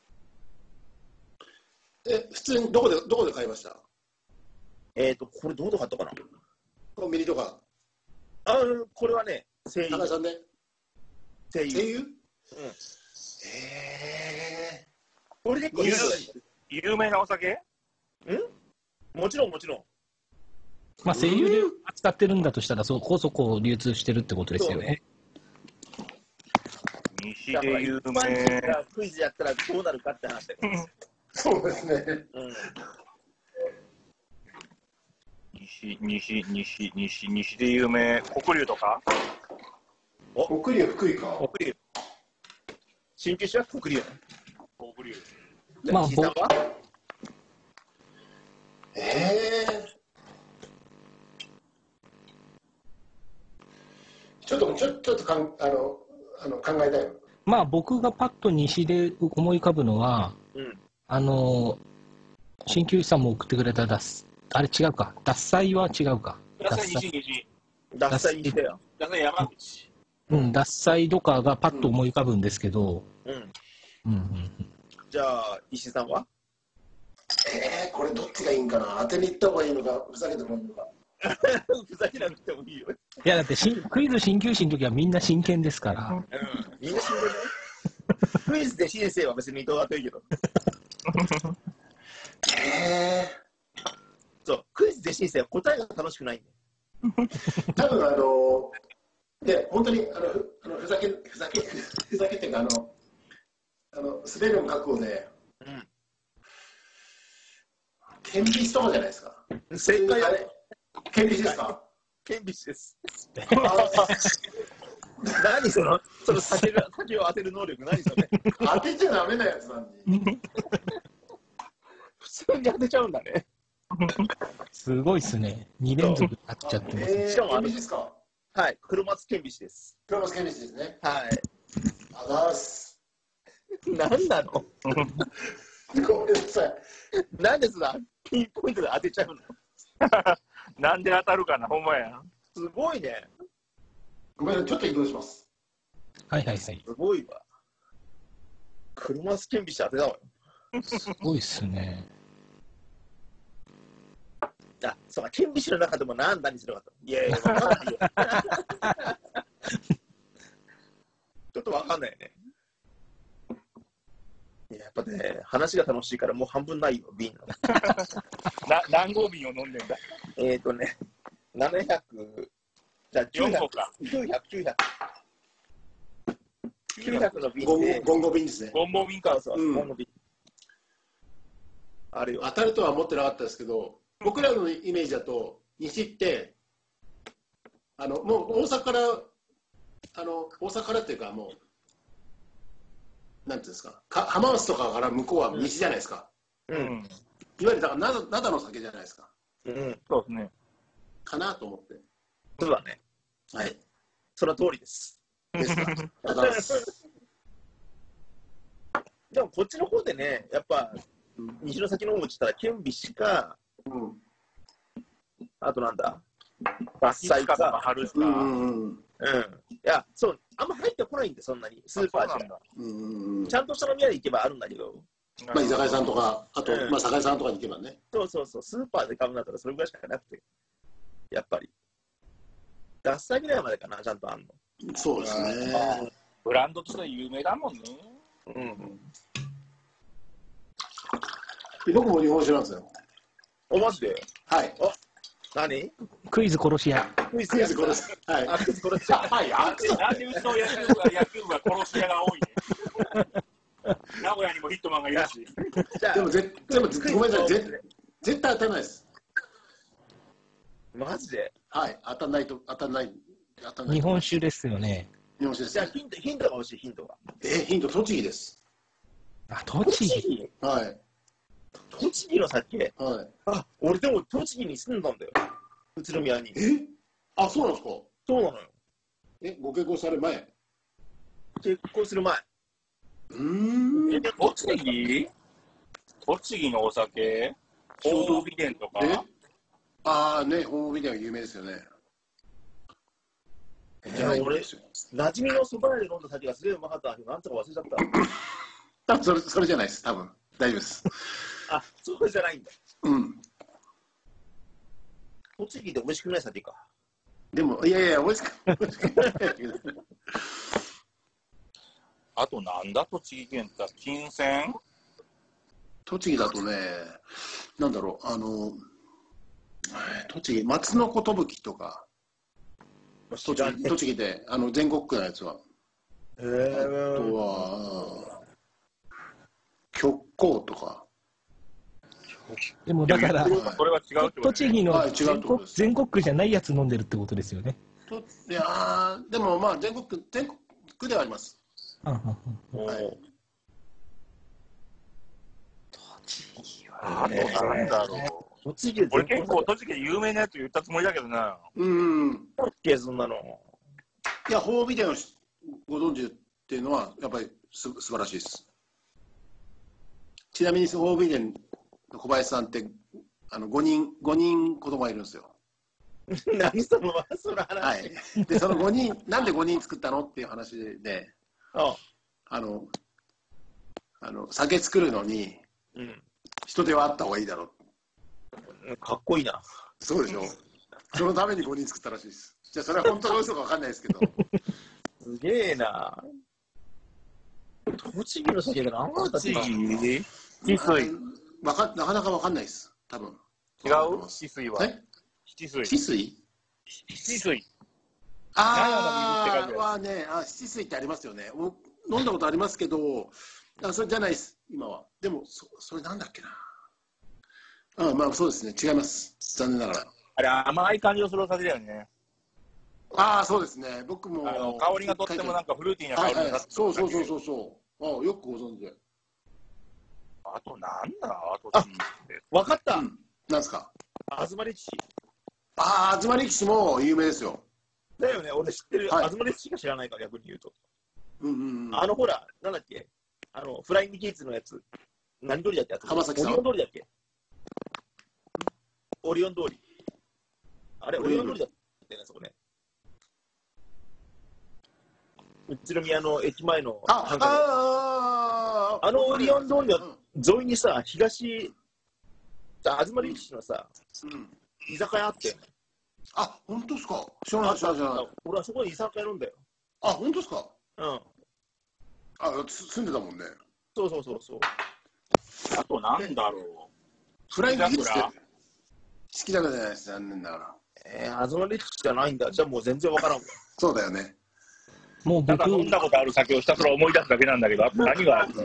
え、普通にどこでどこで買いました？ えっとこれどこで買ったかな？ コンビニとか。 あ、これはね、声優。 高橋さんね。 声優。 声優？うん。 ええ。これで有名なお酒？ ん？もちろんもちろん。 まあ声優で扱ってるんだとしたらそこそこ流通してるってことですよね。 西で有名。 クイズやったらどうなるかって話だよ。 そうですね。 うん。 西、西、西、西、西で有名、黒龍とか？ お、黒龍、福井か。 黒龍。鍼灸師は黒龍。 黒龍。 まあ、西さんは？ ええー。ちょっと、ちょ、ちょっとかん、あの、あの、考えたい。 まあ、僕がパッと西で思い浮かぶのは、うん、あの、鍼灸師さんも送ってくれた脱、あれ違うか、獺祭は違うか。 獺祭西西。 獺祭西だよ。 獺祭山口。 うん、獺祭とかがパッと思い浮かぶんですけど。 うん。うんうんうん。じゃあ、石井さんは？ えー、これどっちがいいんかな、当てに行った方がいいのか、ふざけてもいいのか。 ふざけなくてもいいよ。 いや、だってしクイズ鍼灸師の時はみんな真剣ですから。 うん、みんな真剣ね。クイズで先生は別に伊藤だといいけど。 へえ。 そう、クイズで先生は答えが楽しくないんだよ。 多分あの、で、本当にあのふあのふざけ、ふざけ、ふざけっていうか、あの、あの滑るの覚悟で、うん。顕微師とかじゃないですか。 正解だね。 顕微師ですか？ 顕微師です。何その、その酒が、酒を当てる能力、何それ。 当てちゃダメなやつなんに。 普通に当てちゃうんだね。 すごいっすね。に連続当てちゃってます、ね。 しかも顕微師ですか？ はい、黒松顕微師です。 黒松顕微師ですね。 はい。 あざーす。 何なの？ ごめんなさい。 なんでそんなピンポイントで当てちゃうの？ なんで当たるかな、ほんまや。 すごいね。 ごめん、ちょっと移動します。 はいはいはい。すごいわ。黒松顕微師当てたわよ。 すごいっすね。 あ、そうか、顕微師の中でも何だにするかと。いやいや、わかんないよ。ちょっとわかんないよね。いや、やっぱね、話が楽しいからもう半分ないよ、瓶の。 な何合瓶を飲んでんだ？ えっとね、ななひゃく、じゃあきゅうひゃくか。きゅうひゃく、きゅうひゃく。きゅうひゃくの瓶で。 ゴンゴ瓶ですね。 ゴンボ瓶か。 そうそう、ゴンゴ瓶。あるよ。 当たるとは思ってなかったですけど、僕らのイメージだと、西って、あの、もう大阪から、あの、大阪からっていうか、もう、なんていうんですか、か浜松とかから向こうは西じゃないですか。 うん。 いわゆるだから灘灘の酒じゃないですか。 うん。 そうですね。 かなと思って。 そうだね。 はい。 その通りです。 ですか。ありがとうございます。 でもこっちの方でね、やっぱ、西の先の方って言ったら、顕微師か、うん、あとなんだ、獺祭か、 春か。 うん。うん。いや、そう、あんま入ってこないんで、そんなに。スーパーじゃ。うん。ちゃんとした飲み屋で行けばあるんだけど。 まあ、居酒屋さんとか、あと、うん、まあ、酒屋さんとかに行けばね。 そうそうそう、スーパーで買うんだったらそれぐらいしかなくて。やっぱり。獺祭ぐらいまでかな、ちゃんとあんの。 そうですね。 ブランドとして有名だもんね。 うん。 僕も日本酒なんですよ。 お、マジで？ はい。 あ、何？ クイズ殺し屋。 クイズ殺し屋。はい。 あ、クイズ殺し屋。 はい。なんでうちの野球部は野球部は殺し屋が多いね。名古屋にもヒットマンがいるし。 でもぜ、でもごめんなさい。絶絶対当たらないです。 マジで？ はい。当たらないと当たらない。当たらない。 日本酒ですよね。 日本酒です。 じゃあヒントヒントが欲しいヒントが。 え、ヒント栃木です。 あ、栃木。 はい。 栃木の酒。 はい。 あ、俺でも栃木に住んだんだよ。宇都宮に。 え？あ、そうなんですか。 そうなのよ。 え、ご結婚される前？ 結婚する前。 うーん。 え、栃木？栃木のお酒？鳳凰美伝とか？ ああね、鳳凰美伝は有名ですよね。 じゃあ俺、馴染みのそば屋で飲んだ酒がすげえうまかったけど、なんとか忘れちゃった。 多分それ、それじゃないです、多分。大丈夫です。 あ、それじゃないんだ。 うん。 栃木で美味しくない酒か。 でも、いやいや、美味しくない。 あとなんだ、栃木県って金銭？ 栃木だとね、なんだろう、あの、栃木、松の寿とか、栃木、栃木で、あの、全国区のやつは。 へえ。 あとは、極光とか。 でもだから、 これは違うってこと、ね、 栃木の全国、 はい、 全国区じゃないやつ飲んでるってことですよね。 といやでもまあ全国区、全国区ではあります。 はい、 栃木は、あとなんだろう。栃木俺結構栃木で有名なやつ言ったつもりだけどな。 うん。 そんなの。 いや、褒美伝をご存知っていうのは、やっぱりす素晴らしいです。ちなみに、褒美伝の小林さんって、あのごにん、ごにん子供がいるんですよ。 何その、その話。 はい。で、そのごにん、なんでごにん作ったのっていう話で、 ああの、あの酒作るのに、 うん、 人手はあった方がいいだろう。かっこいいな。 そうでしょ。そのためにごにん作ったらしいです。じゃあ、それは本当か嘘か分かんないですけど。 すげえな。栃木の酒が何だったっけ？ 翡翠。 わかなかなか分かんないです。多分。 違う？翡翠は。 え？ 翡翠。 翡翠？ 翡翠。 ああ、はね、あ、翡翠ってありますよね。飲んだことありますけど、あ、それじゃないです。今は。でも、そ、それなんだっけな。あ、まあ、そうですね。違います。残念ながら。 あれ、甘い感じのするお酒だよね。 ああ、そうですね。僕も。 あの香りがとってもなんかフルーティーな香りが、はいはい、 そうそうそうそうそう。あ、よくご存知で。 あとなんだ、あとあ、わかった。うん、 なんですか。 東力士。 ああ、東力士も有名ですよ。 だよね、俺知ってる。はい、東力士しか知らないから、逆に言うと。 うんうんうん。 あの、ほら、なんだっけ。あの、フライングキッズのやつ。何通りだっけ？ 浜崎さん。 オリオン通りだっけ？オリオン通り。あれ、オリオン通りだったよね、そこね。宇都宮の駅前のあああのオリオン通りの沿いにさ、東、東力士のさ、うん、居酒屋あって。 あ、本当ですか。知らない知らない知らない。 俺はそこに居酒屋飲んだよ。 あ、本当ですか。 うん。 あ、住んでたもんね。 そうそうそうそう。 あとなんだろう。 フライングキッズって好きだからじゃないです。残念ながら。 えー、東力士じゃないんだ。じゃあもう全然わからんわ。 そうだよね。 もう僕、ただ飲んだことある酒をひたすら思い出すだけなんだけど、あと何があるの？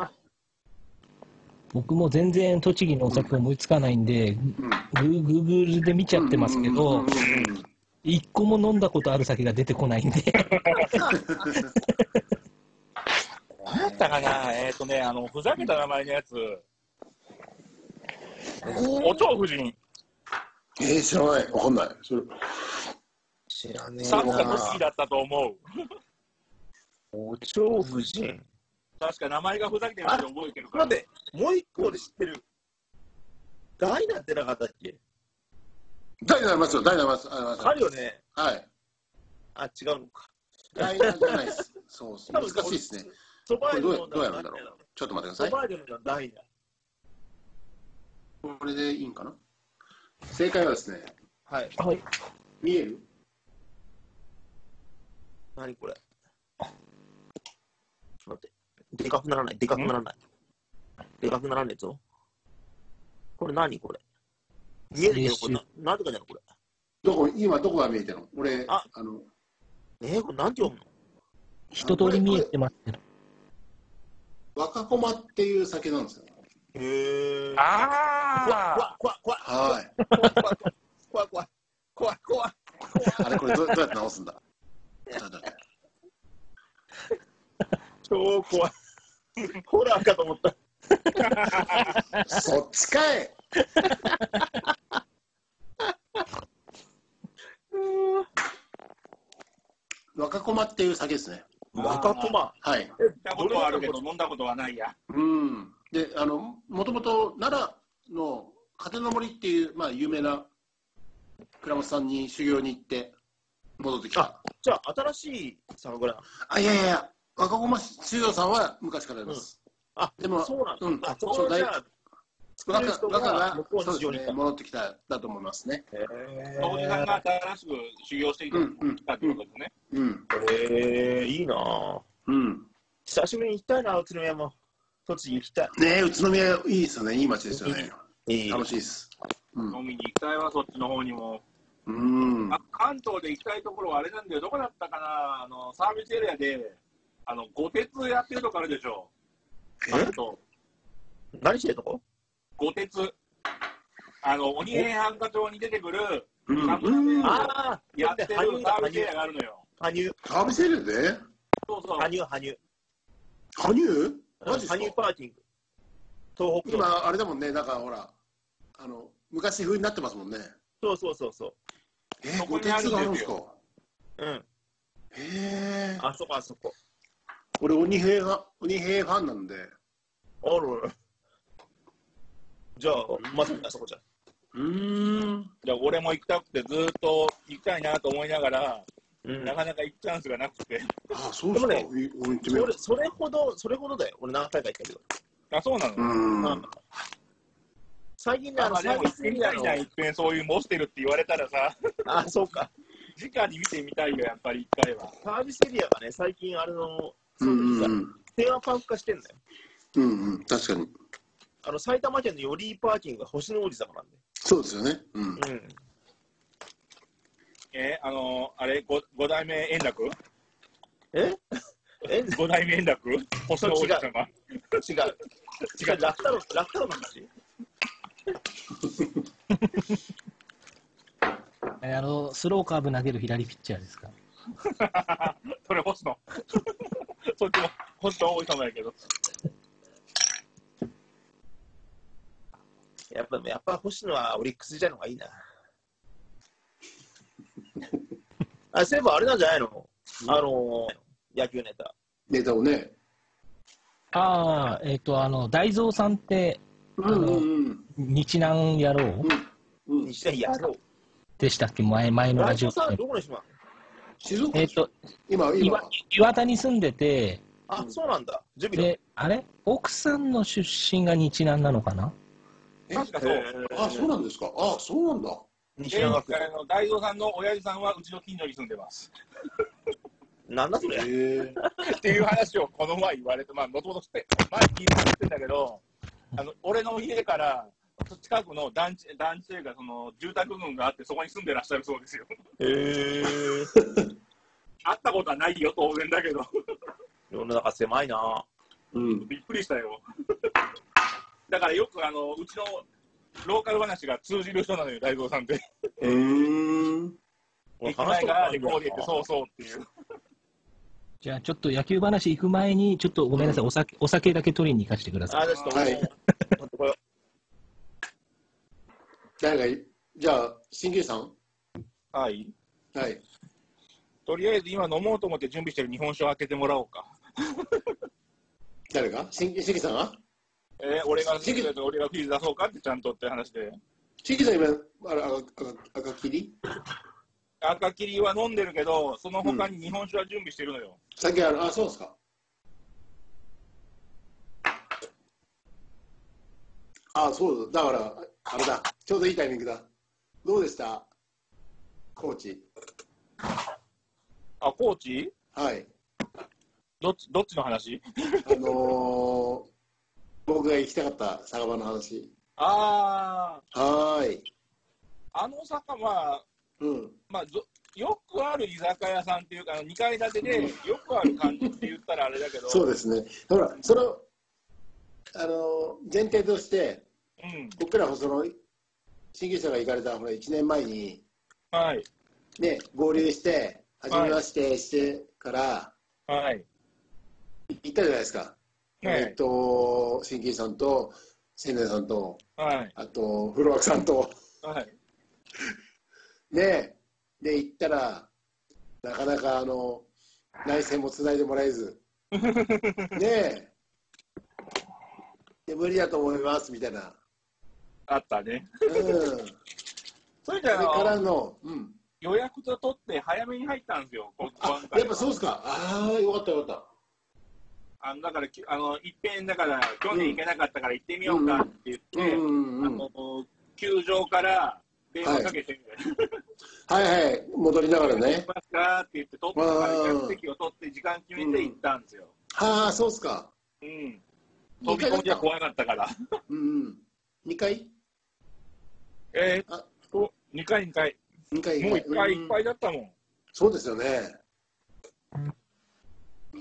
僕も全然栃木のお酒思いつかないんで、うん、グーグルで見ちゃってますけど、一個も飲んだことある酒が出てこないんで。 何やったかな、えっ、ー、とね、あの、ふざけた名前のやつ、お蝶夫人。 えー、知らない、わかんない。それ知らねえな。 さっき栃木だったと思う。 お蝶夫人。 確か名前がふざけてるけど覚えてるから。 待って、もう一個で知ってる。ダイナってなかったっけ？ ダイナありますよ、ダイナあります。 あるよね。 はい。 あ、違うのか。 ダイナじゃないです。そうそう。難しいですね。 そば屋でどうやるんだろう。ちょっと待ってください。 そば屋でのダイナ。これでいいんかな。正解はですね。 はい。 はい。 見える？ 何これ？ちょっと待って。でかくならない。でかくならない。でかくならないぞ。これ何これ？ 見えるけど、これ、なんとかじゃのこれ。 どこ、今どこが見えてるの？俺、あ、あの、 えー、これなんて読むの？ 一通り見えてますけど。 若駒っていう酒なんですよ。 へえ。 ああ。 怖い怖いはい。 怖い怖い怖い怖い怖い怖い。 あれこれどうやって直すんだ？ 超怖い。ホラーかと思った。 そっちかい。若駒っていう酒ですね。 若駒。 はい。 見たことはあるけど飲んだことはないや。 うん。で、あのもともと奈良の風の森っていうまあ有名な倉本さんに修行に行って戻ってきた。 あ、じゃあ新しい酒蔵。 あ、いやいやいや、若駒修行さんは昔からいます。 うん、あ、でもそうなんだ。うん、あ、そうだ。 若がそうですね、戻ってきただと思いますね。 おじさんが新しく修行してきたってことですね。 うん。へえ、いいなぁ。 うん。 久しぶりに行きたいな、宇都宮も。栃木行きたい。 ねえ、宇都宮いいですよね。いい街ですよね。楽しいです。 飲みに行きたいわ、そっちの方にも。 うん。 関東で行きたいところはあれなんだよ。どこだったかな、あのサービスエリアで、あの五鉄やってるとこあるでしょ。 え？ 何してるとこ？ 五鉄。あの鬼平犯科帳に出てくる。 うん。 ああ、やってるサービスエリアがあるのよ。 羽生。 サービスエリアで？ そうそう。 羽生羽生。 羽生？マジですか？ 羽生パーキング。東北。 今あれだもんね。なんかほらあの昔風になってますもんね。 そうそうそうそう。 えー、五鉄があるんですか？ うん。 へえ。 あそこあそこ。 俺鬼平が鬼平ファンなんで。 ある。じゃあまさにあそこじゃん。 うーん。 じゃあ俺も行きたくてずっと行きたいなと思いながら、 うん、 なかなか行くチャンスがなくて。 あ、そうですか。 ね、それそれほどそれほどだよ。俺何回か行ったけど。 あ、そうなの？ うん。 最近ね、あのサービスエリアの一遍そういうモステルって言われたらさ、 あ、そうか。 直に見てみたいよ、やっぱり一回は。 サービスエリアがね、最近あれの、そういうテーマパーク化してんだよ。 うんうん、確かに。 あの埼玉県の寄居パーキングが星の王子様なんで。 そうですよね。うん。うん、 えー、あのー、あれ、ご五代目円楽？ え？え？ 五代目円楽？星の王子様？ 違う。違う。違う。楽太郎、楽太郎の話。 えあのスローカーブ投げる左ピッチャーですか？ それ星野。そっちも星野王子様やけど。 やっぱやっぱ星野はオリックスじゃのがいいな。あ、そういえばあれなんじゃないの？あの野球ネタ。 ネタをね。 ああ、えっ、ー、とあの大蔵さんって、 うんうんうん、 日南野郎、 うんうん、日南野郎でしたっけ、前前のラジオ。 大蔵さんどこの島？ 静岡。 えっ、ー、と今今岩田に住んでて。 あ、そうなんだ。ジュビロ。 で、あれ奥さんの出身が日南なのかな？ 確かそう。 あ、そうなんですか。あ、そうなんだ。 西南区の大蔵さんの親父さんはうちの近所に住んでます。 なんだそれ。 っていう話をこの前言われて、まあもともとして前聞いてんだけど、あの俺の家から近くの団地団地というかその住宅群があってそこに住んでらっしゃるそうですよ。 へえ。 会ったことはないよ当然だけど。 世の中狭いな。 うん。びっくりしたよ。だからよくあのうちのローカル話が通じる人なのよ、大蔵さんって。 へー。 駅前がレコーディってそうそうっていう。 じゃあちょっと野球話行く前にちょっとごめんなさい、うん、お酒お酒だけ取りに行かせてください。 あ、ちょっとはい。 誰がじゃあ新旧さん。 はい。 はい。 とりあえず今飲もうと思って準備してる日本酒を開けてもらおうか。 誰が？新旧さんが？ えー、俺が俺がフィーズ出そうかってちゃんとって話で。 新旧さん今あれ赤赤切り？ 赤切りは飲んでるけど、その他に日本酒は準備してるのよ。 さっきある、あ、そうですか。あ、そうだ、だから、あれだ、ちょうどいいタイミングだ。どうでしたコーチ。 あ、コーチはい。 どっち、どっちの話あのー、僕が行きたかった酒場の話。 ああ。はーい。 あの酒は、うん、まあよくある居酒屋さんっていうか、にかい建てでよくある感じって言ったらあれだけど、 そうですね、ほら、そのあの前提として、うん、僕らもその新規者が行かれたほらいちねんまえに、はい、ね、合流して、初めましてしてから、はい、行ったじゃないですか、はい、えっと、新規さんと、千年さんと、はい、あと、フロアさんと、はい、ね、で、行ったら、なかなかあの内線もつないでもらえず、ねえ、で無理だと思いますみたいな。 あったね。うん。それじゃあ、からの、うん、予約と取って早めに入ったんですよ、 あ、やっぱそうですか。ああ、よかったよかった。 あのだから、あのいっぺんだから、去年行けなかったから行ってみようかって言って、球場から電話かけてみたいな。 はいはい、戻りながらね。 行きますかって言って、取って、席を取って、時間決めて行ったんですよ。 はあ、そうっすか。 うん。飛び込みは怖かったから。 うん。にかいえーっと、にかい、にかい。 にかい。 もういっかいいっぱいだったもん。 そうですよね。 うん。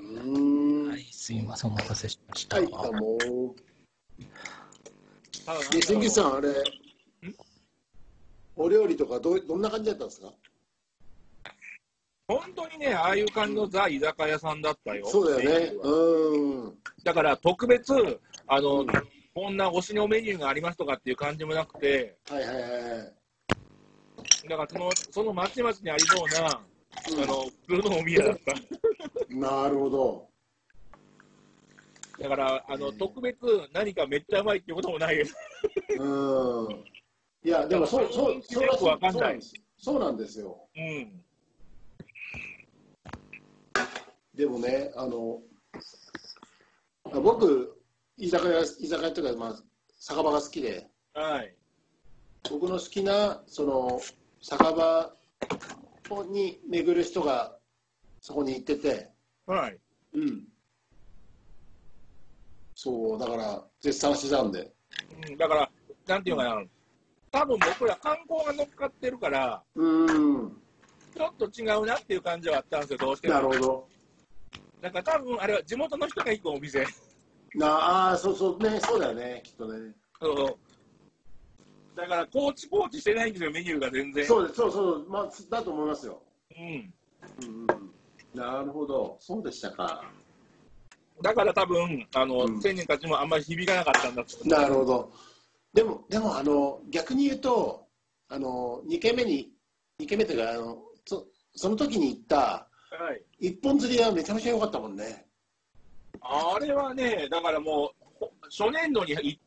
はい、すいません、お待たせしました。 はい、どうも。で、新吉さん、あれ。お料理とかどうどんな感じだったんですか？ 本当にね、ああいう感じのザ居酒屋さんだったよ。 そうだよね。うん。 だから特別あの、うん、こんな推しのメニューがありますとかっていう感じもなくて、はいはいはい。だからそのその町々にありそうな、うん、あの普通のお店だった。 なるほど。 だからあの特別何かめっちゃうまいっていうこともないです。 うん。いや、でもそう、そう、そう、そうなんです。そうなんですよ。うん。でもね、あの、僕、居酒屋、居酒屋というか、まあ、酒場が好きで、はい。僕の好きな、その、酒場に巡る人がそこに行ってて、はい。うん。そう、だから、絶賛してたんで。 うん、だから、なんていうかな、うん多分僕ら観光が乗っかってるから、うんちょっと違うなっていう感じはあったんですよ、どうしても。 なるほど。 だから多分あれは地元の人が行くお店。 ああ、そうそうね、そうだよね、きっとね。そうだからコーチコーチしてないんですよ、メニューが全然。 そうです、そうそう、まあ、だと思いますよ。うん。うんうん、なるほど、そうでしたか。 だから多分、あの、うん、青年たちもあんまり響かなかったんだと。 なるほど。でも、でもあの逆に言うと、あのにけんめに、にけんめというかあのそ、その時に行った一本釣りはめちゃめちゃ良かったもんね。 あれはね、だからもう、初年度に行って、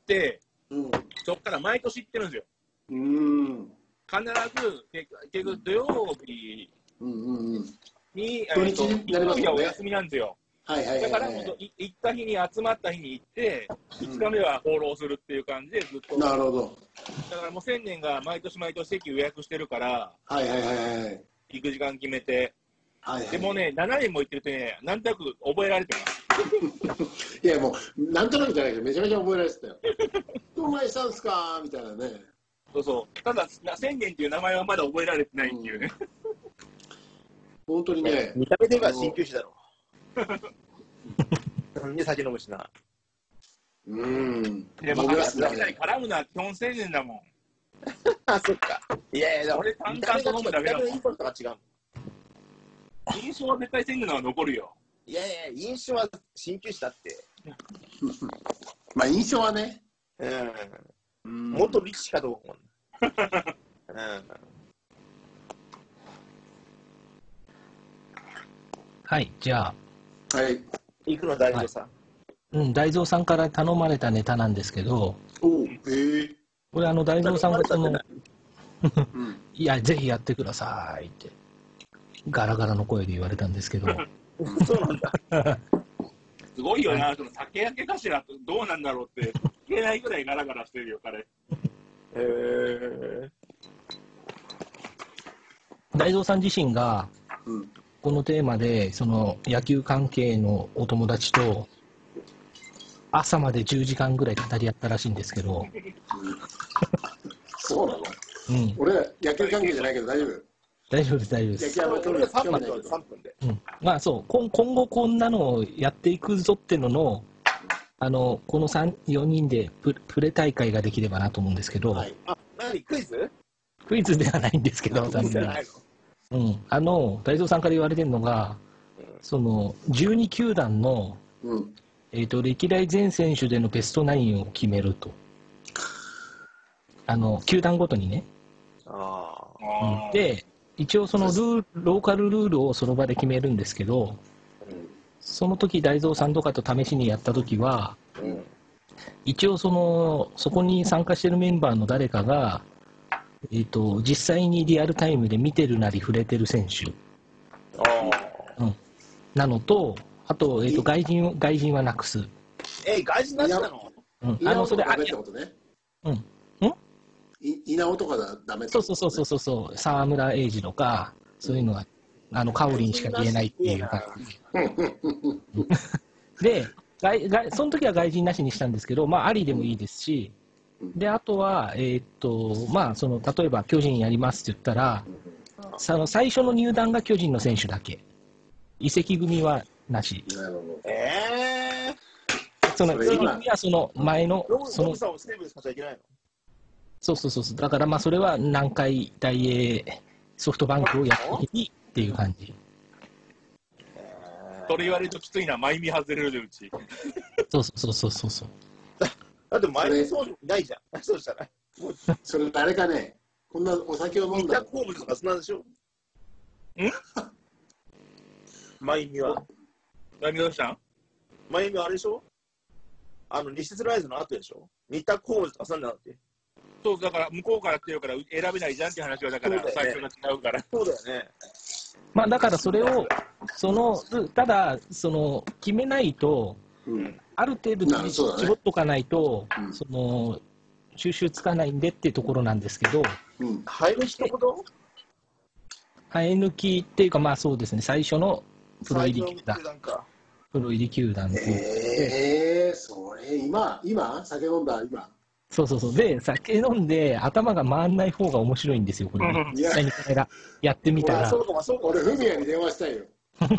うん、そこから毎年行ってるんですよ。うん必ず、結局土曜日に、土日になりますよね。お休みなんですよ。はいはいはいはい、だから行った日に集まった日に行っていつかめは放浪するっていう感じでずっと、 なるほど。 だからもう千年が毎年毎年席予約してるから、 はいはいはいはい、 行く時間決めて、はいはい、でもねななねんも行ってるとねなんとなく覚えられてますいやもうなんとなくじゃないけどめちゃめちゃ覚えられてたよどんなしたんすかみたいなね。 そうそうただ千年っていう名前はまだ覚えられてないっていうね、 うん、本当にね見た目では鍼灸師だろなんで酒飲むしな。 うん。でも話しない絡むのは基本千年だもん。 あ、そっか。いやいや、 俺淡々と飲むだけだもん。 インパクトが違う。 印象は絶対千年のは残るよ。 いやいや、印象は鍼灸師だって。 まあ印象はね。 うん。元力士かどうかも。うん。 はい、じゃあ。 はい。 行くの大蔵さん、はい、 うん、大蔵さんから頼まれたネタなんですけど、 おえー、 これあの大蔵さんがその、うん、いやぜひやってくださいってガラガラの声で言われたんですけどそうなんだすごいよな、その酒焼けかしらどうなんだろうって聞けないぐらいガラガラしてるよ彼。へえ。 大蔵さん自身が、うんこのテーマでその野球関係のお友達と朝までじゅうじかんぐらい語り合ったらしいんですけどそうなのうん、 俺ら野球関係じゃないけど大丈夫？ 大丈夫です、大丈夫です。 野球は興味ないけどさんぷんで。 うん、まあそう今、今後こんなのをやっていくぞってのの、あのこのさん、よにんでププレ大会ができればなと思うんですけど、はい、 あ、何クイズ？ クイズではないんですけど、残念ながら。うん、あの大蔵さんから言われてるのが、うん、そのじゅうに球団の、うん、えーと、歴代全選手でのベストナインを決めると。あの球団ごとにね。あ、うん、で一応そのルーローカルルールをその場で決めるんですけど、うん、その時大蔵さんとかと試しにやった時は、うん、一応そのそこに参加してるメンバーの誰かが、えーと、実際にリアルタイムで見てるなり触れてる選手、うん、なのと、あと、えーと、外人外人はなくす。 え、外人なしなの？ うん、あのそれダメってことね。 うん。 稲尾とかだダメってことね。そうそうそうそう、沢村栄治とか、そういうのは、あのカオリンしか言えないっていう感じで、外外その時は外人なしにしたんですけど、まあ、ありでもいいですし、であとは、えーっとまあ、その例えば巨人やりますって言ったら、その最初の入団が巨人の選手だけ、移籍組はなし。なるほど。えー、その移籍組はその前の、そのそうそうそうそう、だからまあそれは南海大英ソフトバンクをやった時にっていう感じ。 それ言われるときついな、前見外れるでうち。 そうそうそうそうそう。 だって前見そうないじゃん。そうしたら。 それ誰かね、こんなお酒を飲んだ。 好物とかそんなんでしょ。ん？前見は。 何どうしたん？ 前見はあれでしょ。あの西鉄ライズの後でしょ。新田好物とかそんなんだって。 そうだから向こうから来てるから選べないじゃんって話はだから最初が違うから。 そうだよね。 まあだからそれをそのただその決めないと、うん、ある程度絞っとかないと、ね、その収集つかないんでっていうところなんですけど、 うん、生え抜きってこと？ 生え抜きっていうかまあそうですね、最初のプロ入り球団プロ入り球団っていう。 えー、それ今今酒飲んだ今。 そうそうそう。で、酒飲んで頭が回んない方が面白いんですよ、これ、ね。実際にカメラやってみたら。 そうか、そうか。俺、フミヤに電話したいよ。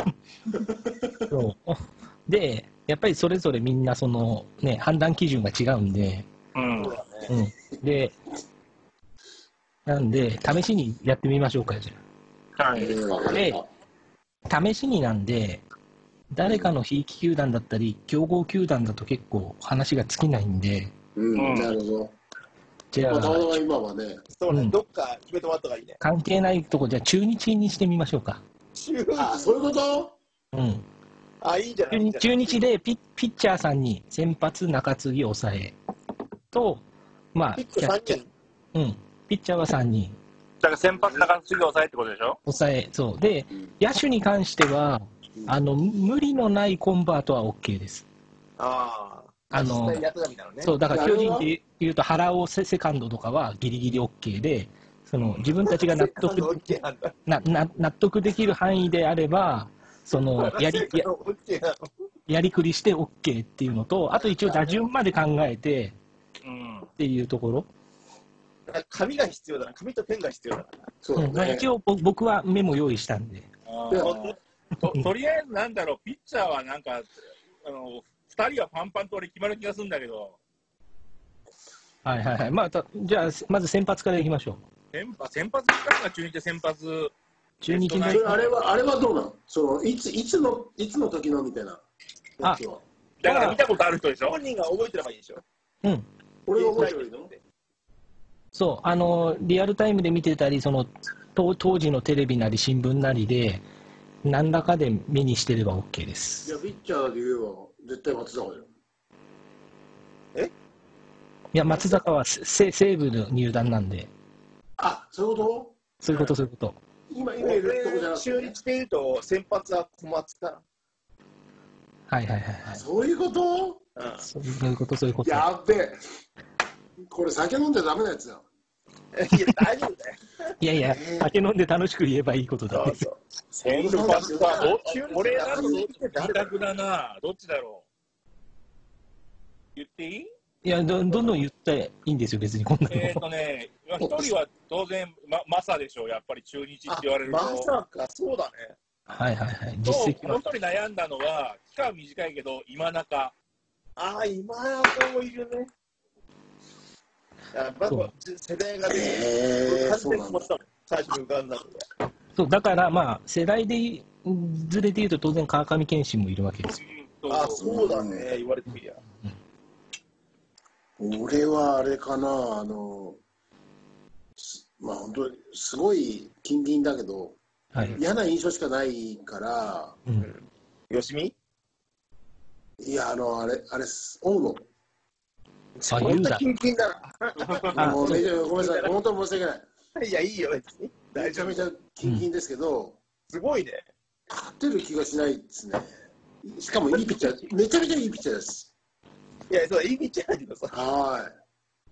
そうで、やっぱりそれぞれみんなその、ね、判断基準が違うんで、うんうん、で、なんで、試しにやってみましょうか、じゃあ。はい、で、試しになんで、誰かのひいき球団だったり、強豪球団だと結構話が尽きないんで、 うん、なるほど。じゃあ、まあ、たまたま今はね、 そうね、うん、どっか決めてもらった方がいいね。 関係ないとこ、じゃあ中日にしてみましょうか。 あ、そういうこと？ うん。 あ、いいじゃない。 中日でピッピッチャーさんに先発、中継ぎ、抑えと、まあ、 ピッチャーさんにん。 うん、ピッチャーはさんにん。 だから先発、中継ぎ、抑えってことでしょ？ 抑え、そう。で、野手に関しては、あの無理のないコンバートは OK です。 ああ。 あのそうだから巨人でいうと原尾セカンドとかはギリギリ OK で、その自分たちが納得なな納得できる範囲であれば、そのやりややりくりして OK っていうのと、あと一応打順まで考えてっていうところ。 紙が必要だな、紙とペンが必要だな。 そう、ね、一応僕はメモ用意したんで。 と, とりあえずなんだろう、ピッチャーはなんかあのふたりはパンパンと俺決まる気がするんだけど。 はいはいはい。まあ、たじゃあまず先発からいきましょう。 先発先発か中日で先発。 中日のあれはあれはどうなの？そのいついつのいつの時のみたいな。 あ、だから見たことある人でしょ。 本人が覚えてればいいでしょ。 うん。 俺が覚えてるの？ そうあのリアルタイムで見てたり、その当当時のテレビなり新聞なりで。何らかで目にしてれば OK です。 いや、ピッチャーで言えば絶対松坂じゃん。 え？ いや、松坂は西西武の入団なんで。 あ、そういうこと？ そういうこと、そういうこと。 今、今いるとこじゃなくて、 中日で言うと先発は小松か。 はいはいはいはい。 そういうこと？うん。 そういうこと、そういうこと。 やっべ。これ酒飲んじゃダメなやつだ。 いや、大丈夫だよ。 いやいや、酒飲んで楽しく言えばいいことだね。 そうそう。先発はどっち？俺だとどっちだな。どっちだろう。言っていい？ いやど、どんどん言っていいんですよ、別にこんなの。 えっとね、一人は当然、ま、マサでしょう、やっぱり中日って言われると。 マサか、そうだね。 はいはいはい。 実績は。 もう一人悩んだのは、期間短いけど、今中。 ああ、今中もいるね。やっぱ世代がね、完全に困ったもん、最初に浮かんだのが。 そう、だからまあ、世代でずれて言うと、当然、川上憲伸もいるわけですよ。 あ、そうだね、言われてみりゃ。 俺はあれかな、あの、まあ本当にすごい近々だけど、はい、嫌な印象しかないから、 うん、よしみいや、あの、あれ、あれ、大野。 あ、言うだ。 近々だもうめちゃごめんなさい、本当に申し訳ない。いや、いいよ、別に。 めちゃめちゃ近々ですけど、うん、 すごいね。 勝てる気がしないですね。しかもいいピッチャー、めちゃめちゃいいピッチャーです。 いや、そういいピッチャーだけどさ。 はい。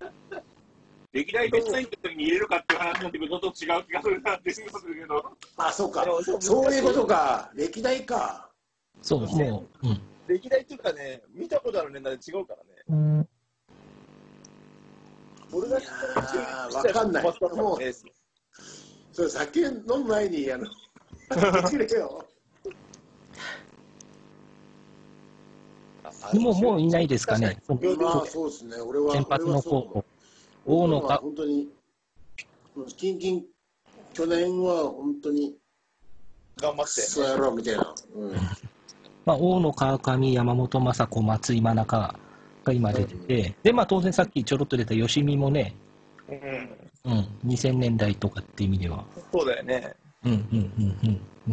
歴代ベストナインの時に入れるかっていう話になってくるとちょっと違う気がするなっていうことだけど。 あ、そうか。そういうことか。歴代か。 そう、もう、うん。 歴代っていうかね、見たことある年代で違うからね。うん。俺が知ってるわかんない。もう、それ酒飲む前に、あの、くれよ。 もう、もういないですかね。 まあ、そうですね。俺は。 先発の候補。大野か。 本当に。近々、去年は本当に。 頑張って。 そうやろうみたいな。うん。 まあ、大野、川上、山本昌子、松井、今中が今出てて、うん、で、まあ、当然さっきちょろっと出た吉見もね。うん。うん。にせんねんだいとかっていう意味では。 そうだよね。 うん、うん、うん、うん。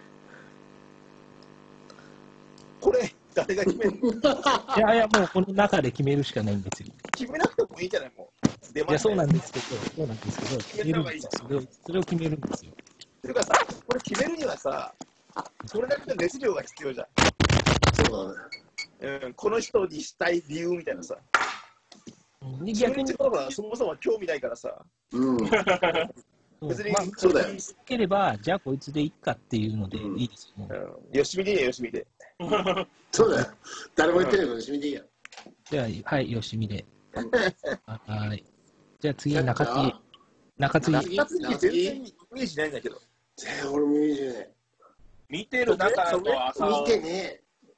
これ。誰が決めるいやいや、もうこの中で決めるしかないんですよ。 決めなくてもいいじゃない、もう。 いや、そうなんですけど、そうなんですけど、決めるんですよ。それを、それを決めるんですよ。 というかさ、これ決めるにはさ、それだけの熱量が必要じゃん。 そうだね。うん、この人にしたい理由みたいなさ。逆に言えば、そもそも興味ないからさ。うん。 別に、まあ、そうだよ。ければ、じゃあこいつでいいかっていうのでいいですよ。 うん。よしみでいいや、よしみで。 そうだよ。誰も言ってないからよしみでいいや。 じゃあ、はい、よしみで。はい。じゃあ次、中継ぎ。中継ぎ。 中継ぎ全然イメージないんだけど。 俺もイメージない。 見てる中だと浅尾。 見てね。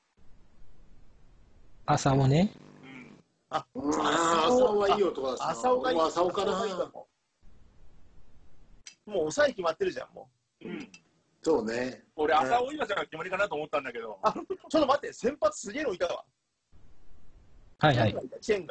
浅尾ね。 あ、 浅尾はいい男だし。 浅尾がいい。 浅尾かな。 もう抑え決まってるじゃん、もう。うん。 そうね。 俺、浅尾岩瀬が決まりかなと思ったんだけど。 あ、ちょっと待って、先発すげえのいたわ。 はいはい。 チェンが。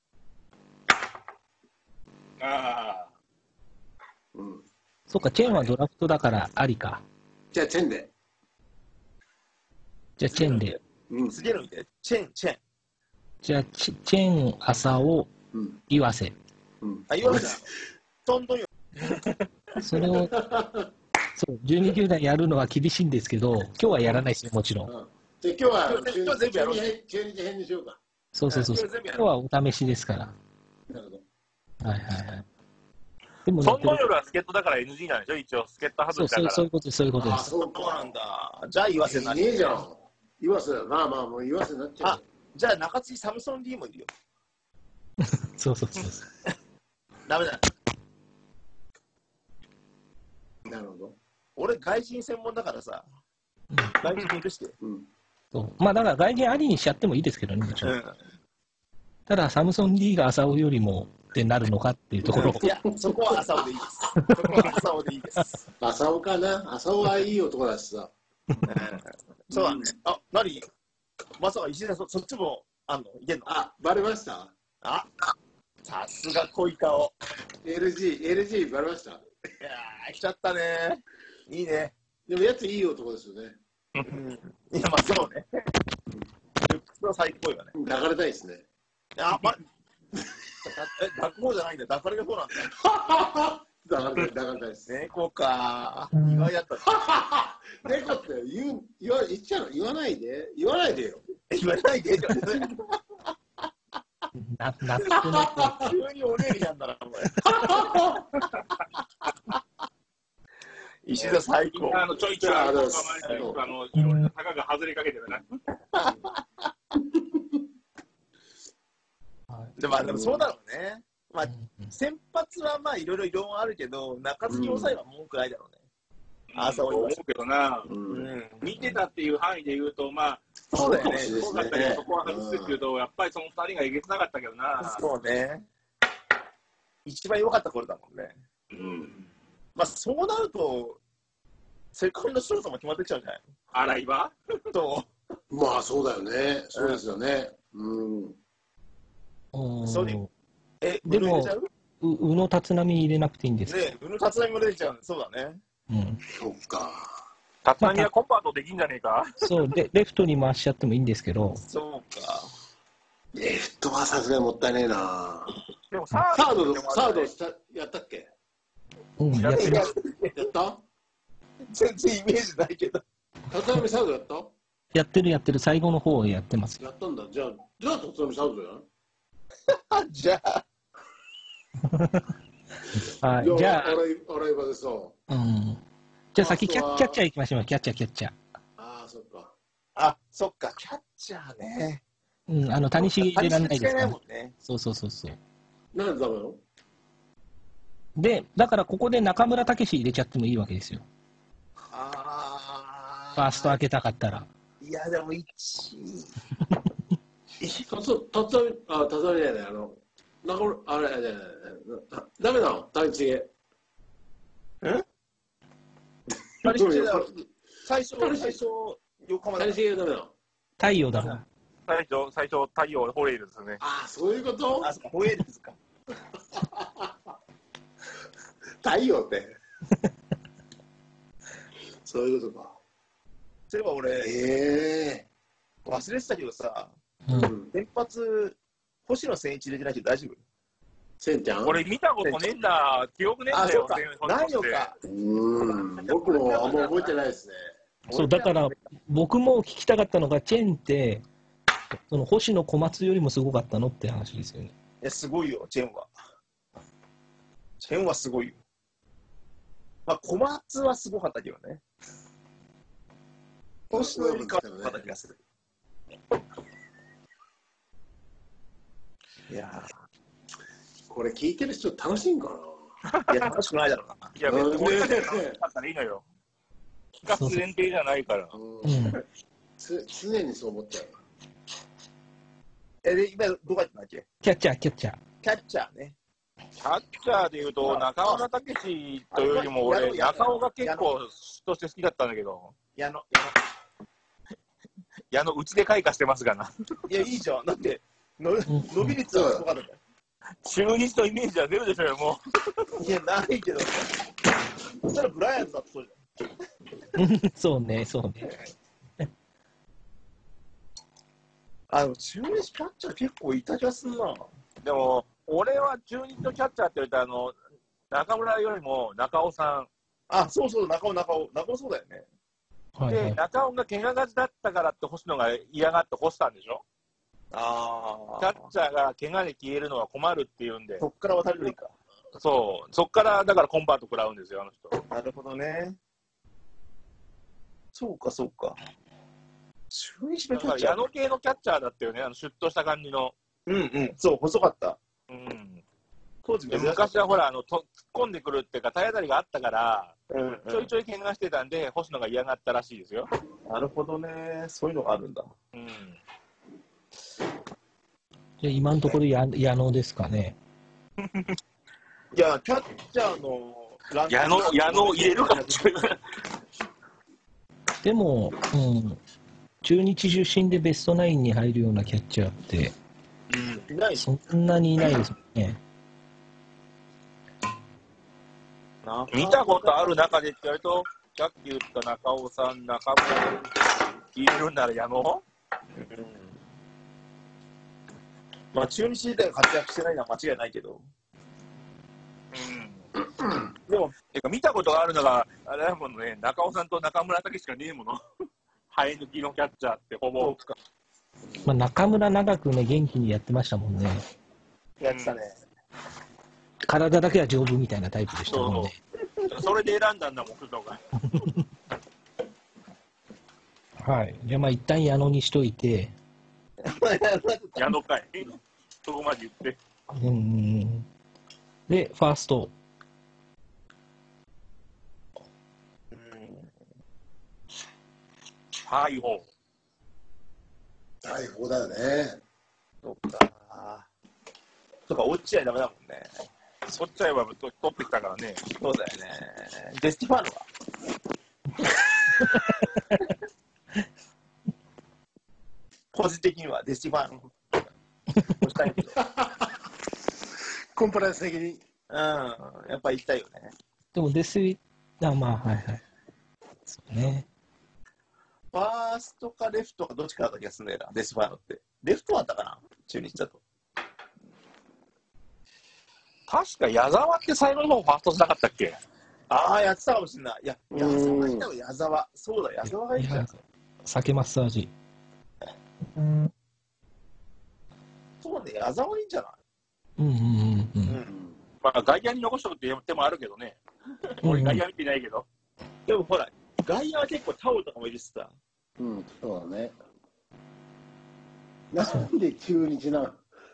ああ。 うん。 そっか、チェンはドラフトだからありか。 じゃあ、チェンで。 じゃあ、チェンで。 うん。すげえのいて。チェン、チェン。 じゃあ、チェン、浅尾、岩瀬。 うん。あ、岩瀬だ。トントンよ。 それを、そう、じゅうに球団やるのは厳しいんですけど、今日はやらないですよ、もちろん。 うん、で今日は今日全部やろう。中日編にしようか。 そうそうそう。今日はお試しですから。 なるほど。 はいはいはい。 でも、ね、その夜は助っ人だから エヌジー なんでしょ、一応、助っ人外しだから。 そうそういうことです、そういうことです。 そうなんだ。じゃあ、岩瀬になっちゃう。 いいじゃん。岩瀬だ。まあまあ、もう岩瀬になっちゃう。 あ、じゃあ、中継ぎサムソン D もいるよ。 そうそうそうそう。 ダメだ。 なるほど。 俺、外人専門だからさ、うん、外人にいるして。 うん、そうまあ、だから外人ありにしちゃってもいいですけどね、もちろん。うん、ただ、サムソン D が浅尾よりもってなるのかっていうところ。 いや、そこは浅尾でいいです。そこは浅尾でいいです。 浅尾かな、浅尾はいい男だしさ。 うん、そうだね。あ、なにまさか石田さん、そっちもあんのいけんのあ、バレましたあ、さすが濃い顔。 エルジー、エルジー バレましたいやー、来ちゃったね。いいね。 でもやついい男ですよね。 うん。いや、まあそうね。ルックスは最高よね。 抱かれたいですね。 あ、ま、え、抱く方じゃないんだよ。抱かれる方なんだよ。 抱かれたい、抱かれたいです。 猫かー。意外だった。 猫って言う、言わ、言っちゃうの言わないで。言わないでよ。 言わないで。 な、な急におねえりなんだな、お前。石田最高。 あのちょいちょいあの、あのいろんな坂が外れかけてるな。 でも、でもそうだろうね。まあ、先発はまあいろいろ異論はあるけど、中継ぎ抑えは文句ないだろうね。 うん、あ、そう思うけどな、うん、見てたっていう範囲で言うと、まあ、そうだよね、そうだったけど、そこは外すっていうと、やっぱりそのふたりがえげつなかったけどな。 そうね。一番良かった頃だもんね。うん。まあ、そうなると、セカンドショートも決まってきちゃうんじゃないの？洗い場と。 まあ、そうだよね。そうですよね。うん。 うん。そういう。え、 でも、宇野立浪入れなくていいんですか？ ね、宇野立浪も出ちゃうんで、そうだね。 うん。 そっか。 立浪はコンバートできんじゃねえか？ そうで、レフトに回しちゃってもいいんですけど。 そうか。 レフトはさすがにもったいねえな。 でもサード、サードやったっけ？ うん、やってやった全然イメージないけど。 立浪サードやったやってるやってる、最後の方やってます。 やったんだ。じゃあ、じゃあ立浪サードやんじゃあ。 あじゃあ、 洗い場でさ。 うん。じゃあ先キャッチャー行きましょう。キャッチャー、キャッチャー。 ああ、そっか。 あ、そっか、キャッチャーね。 うん、あの、谷繁入れられないですから。 ね、 そうそうそうそう。 なんでダメなの？ で、だからここで中村武史入れちゃってもいいわけですよ。 ああ。 ファースト開けたかったら。 いや、でもいちい。 たつ、たつあ、たつみだよね、あの、中村、あれ、ダメなの谷繁。 ん谷繁だ。最初、最初、横浜谷繁ダメなの？ 太陽だな。 最初、最初、太陽ホエールズね。 ああ、そういうこと？ あ、ホエールズか。 太陽って。そういうことか。 そういえば俺、 えー、忘れてたけどさ、 うん、 先発、星野千一入れてないけど大丈夫？ せんちゃん？ 俺見たことねえんだ。記憶ねえんだよ。 ないのか。 うん。僕もあんま覚えてないですね。 そうだから僕も聞きたかったのがチェンってその星野小松よりもすごかったのって話ですよね。 いやすごいよチェンは。チェンはすごいよ。まあ小松はすごかったけどね。星野よりかはすごかった気がする。いやこれ聞いてる人楽しいんかな？ いや楽しくないだろうな。 いや別に俺だったらいいのよ。企画前提じゃないから。 うん、つ常にそう思っちゃう。 え、で、今どこやってんだっけ？ キャッチャー、キャッチャー。 キャッチャーね。 キャッチャーでいうと、中村武史というよりも、俺、中尾が結構として好きだったんだけど、 矢野、 矢野、うちで開花してますがな。 いや、いいじゃん。だって、の伸び率はすごかったじゃん。 中日のイメージはゼロでしょうよ、もう。いや、ないけど。そしたらブライアンズだってそうじゃん。 そうね、そうね。 あの中日キャッチャー結構いた気がすんな。 でも、俺は中日のキャッチャーって言うと、あの、中村よりも中尾さん。 あ、そうそう、中尾、中尾、中尾そうだよね。 はいはい、で、中尾が怪我がちだったからって星野が嫌がって干したんでしょ？ ああ。 キャッチャーが怪我で消えるのは困るっていうんで。 そっから渡れるか。 そう、そっからだからコンバート食らうんですよ、あの人。 なるほどね。そうか、そうか。中日のキャッチャー。 矢野系のキャッチャーだったよね、あのシュッとした感じの。 うんうん、そう、細かった。 うん。 当時昔はほら、あのと突っ込んでくるっていうか、体当たりがあったから、うんうん、ちょいちょい怪我してたんで、星野が嫌がったらしいですよ。 なるほどね、そういうのがあるんだ。うん。 じゃあ今のところ矢野ですかね。 いや、キャッチャーの矢野、矢野入れるかでも、うん、中日出身でベストナインに入るようなキャッチャーって、 うん、いないそんなにいないですもんね。 見たことある中でって言われると、さっき言った中尾さん、中村入れるなら矢野、うん、 まあ中日時代が活躍してないのは間違いないけど。 うん、でも、てか見たことがあるのが、あれだもんね、中尾さんと中村武しかねえもの。生え抜きのキャッチャーってほぼ。 まあ、中村長くね、元気にやってましたもんね。 やってたね。 体だけは丈夫みたいなタイプでしたもんね。 そうそう。それで選んだんだもん、工藤が。 はい。じゃあまあ一旦矢野にしといて。 矢野かい。 そこまで言って。 うん。で、ファースト。 うん。大砲。 大砲だよね。 そっか。そっか、落ち合いダメだもんね。 落ち合いは取ってきたからね。 そうだよね。デスティファーノは個人的にはデスティファーノ。押したいけど。 コンプライアンス的に。 うん、やっぱ行きたいよね。 でもデスイ、あ、まあ、はいはい。そうね。 ファーストかレフトかどっちかだった気がするんだよな、デスファーノって。レフトだったかな、中日だと。 確か矢沢って最後の方ファーストじゃなかったっけ？ ああ、やってたかもしれない。いや、矢沢いたよ、矢沢。そうだ、矢沢がいいじゃん。 酒マッサージ。 うん。そうね、矢沢いいんじゃない？ うんうんうんうん。 まあ、外野に残しとくって手もあるけどね。俺、外野見てないけど。 でもほら、外野は結構タオルとかもいるしさ。 うん、そうだね。なんで中日なの？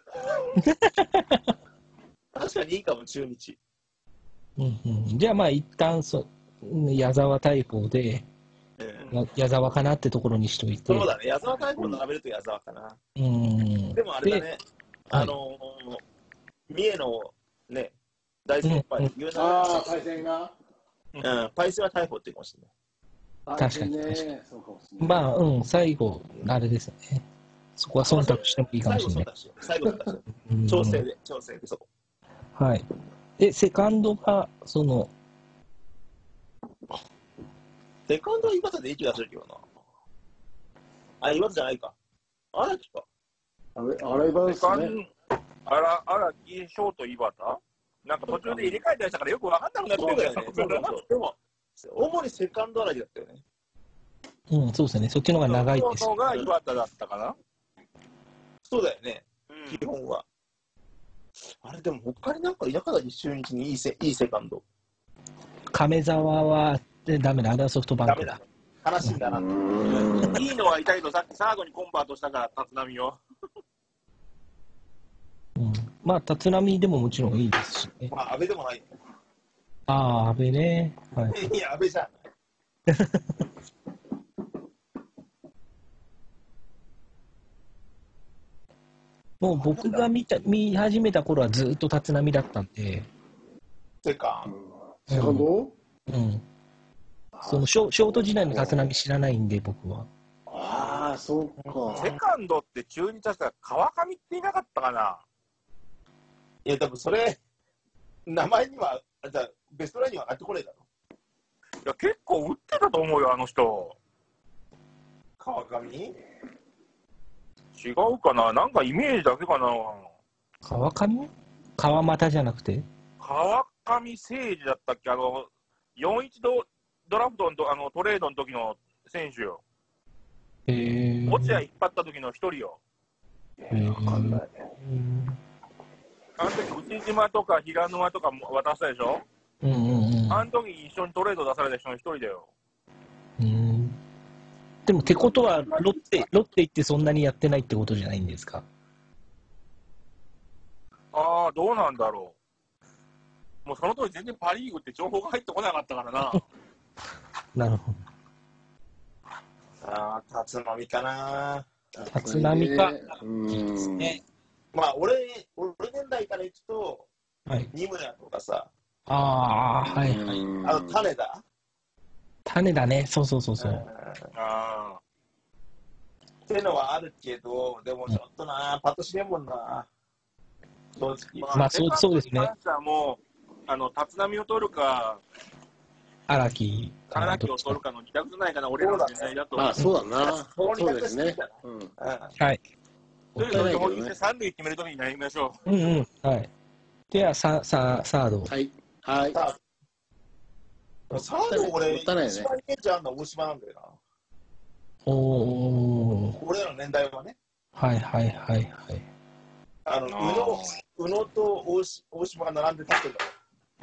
確かにいいかも、中日。 うんうん、じゃあまあ一旦そ矢沢大砲で、うん、矢沢かなってところにしといて。 そうだね、矢沢大砲と並べると矢沢かな。 うん。 でもあれだね、あのー、三重のね、大先輩、 うん、ああ、パイセンがうん、パイセンは大砲って言うかもしれない。確かに確かに。まあ、うん、最後、あれですね。そこは忖度してもいいかもしれない。 最後、最後、調整で、調整で、そこ。 はい。で、セカンドが、その、 セカンドは岩田でいい気がするけどな。あ、岩田じゃないか。荒木か。 あれ、あればですね。 あら、荒木、ショート、岩田なんか途中で入れ替えたりしたからよくわかんなくなってるんだよね。そうだよね。 でも、主にセカンド荒木だったよね。 うん、そうですね。そっちの方が長いです。 そのが岩田だったかな。 そうだよね。うん、基本は。あれ、でも他になんかいなかったに中日にいいセ、いいセカンド。 亀沢はダメだ。あれはソフトバンクだ。 話にならん。 いいのはいたけど、さっきサードにコンバートしたから、立浪を。 うん、まあ、立浪でももちろんいいですしね。 まあ、安倍でもない。 ああ、安倍ね。はい、 いや、安倍じゃん。 もう僕が見た見始めた頃はずっと立浪だったんで。 てか、 セカンド？ うん。そのショ、ショート時代の立浪知らないんで、僕は。 ああ、そうか。 セカンドって中日は川上っていなかったかな。 いや、多分それ、名前には、じゃあベストラインには上がってこないだろ。 いや、結構打ってたと思うよ、あの人。 川上？ 違うかな、なんかイメージだけかな。 川上？川又じゃなくて川上誠司だったっけ、あの、よんいち ド, ドラフトのあのトレードの時の選手よ。 へぇー。 落合引っ張った時の一人よ。 へぇー。わかんない。 あの時、内島とか平沼とか渡したでしょ。 うんうんうん。 あの時一緒にトレード出された人の一人だよ。 うん。でも、ってことは、ロッテ、ロッテ行ってそんなにやってないってことじゃないんですか？ ああ、どうなんだろう。もうその当時全然パ・リーグって情報が入ってこなかったからな。 なるほど。 ああ、立浪かな。 立浪か。 うん。 ね、まあ、俺、俺年代からいくと、 はい、 二村とかさ。 ああ、はいはい。 あの、種田。 種だね、そうそうそうそう。 ああ。ってのはあるけど、でもちょっとな、パッとしねえもんな。正直。 まあ、そうそうですね。 もう、あの、立浪を取るか、 荒木荒木を取るかの二択じゃないかな、俺らの時代だと。 まあ、そうだな。そうですね。 はい。 ということで、もう一回三塁決めるときになりましょう。うんうん。はい。では、さ、さ、サード。 はい。はい。 サード、俺、一番イメージあるのは大島なんだよな。 おお。 俺らの年代はね。 はいはいはいはい。 あの、宇野、宇野と大し大島が並んで立ってるから、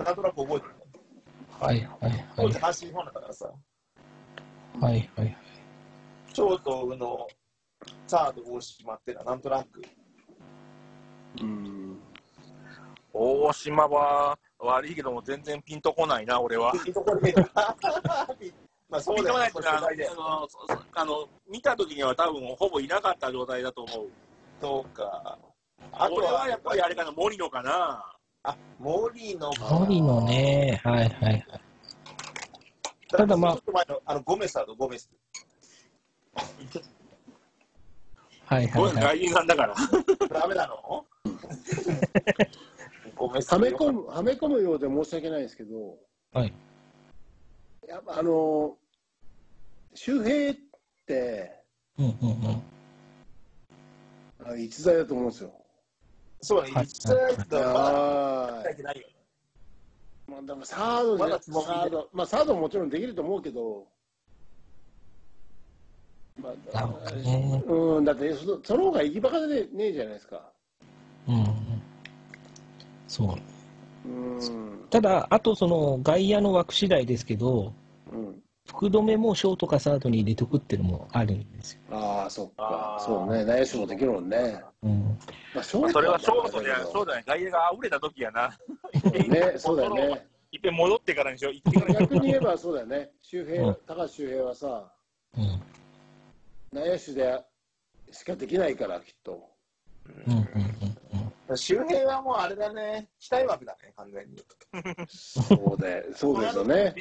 なんとなく覚えてる。 はいはいはい。 当時、阪神ファンだからさ。 はいはいはい。 ショート、宇野、サード、大島っていうのはなんとなく。 うん。 大島は悪いけども全然ピンとこないな、俺は。 ピンとこないまあそうだよね。 あの見た時には多分ほぼいなかった状態だと思う。 そうか。 あとはやっぱりあれかな、森野かな。 あ、森野か。 森野ね、はいはいはい。 ただまあ、ちょっと前のあのゴメスだとゴメス。 はいはい、はい。 外人さんだから。 ダメなの？ はめ込む、はめ込むようで申し訳ないんですけど、 はい。 やっぱあの、周平って、 うんうんうん、逸材だと思うんですよ。 そうね、逸材だったらまだないよね。 まあ、でもサードじゃ、ま、サード、まあサードももちろんできると思うけど、まあ、なるほどね。うん、だってそ、その方が行き場がねえじゃないですか。 うん。そう。うん。ただ、あとその外野の枠次第ですけど、うん、福留もショートかサードに入れとくっていうのもあるんですよ。 ああ、そっか。そうね。内野手もできるもんね。うん。 まあ、それはショートで、そうだね。外野があふれた時やな。 ね、そうだよね。 いっぺん戻ってからにしよう。 逆に言えばそうだよね。周平、うん、高橋周平はさ、うん、内野手でしかできないから、きっと。うんうんうん、周平はもうあれだね、期待枠だね、完全に。 そうで、そうですよね。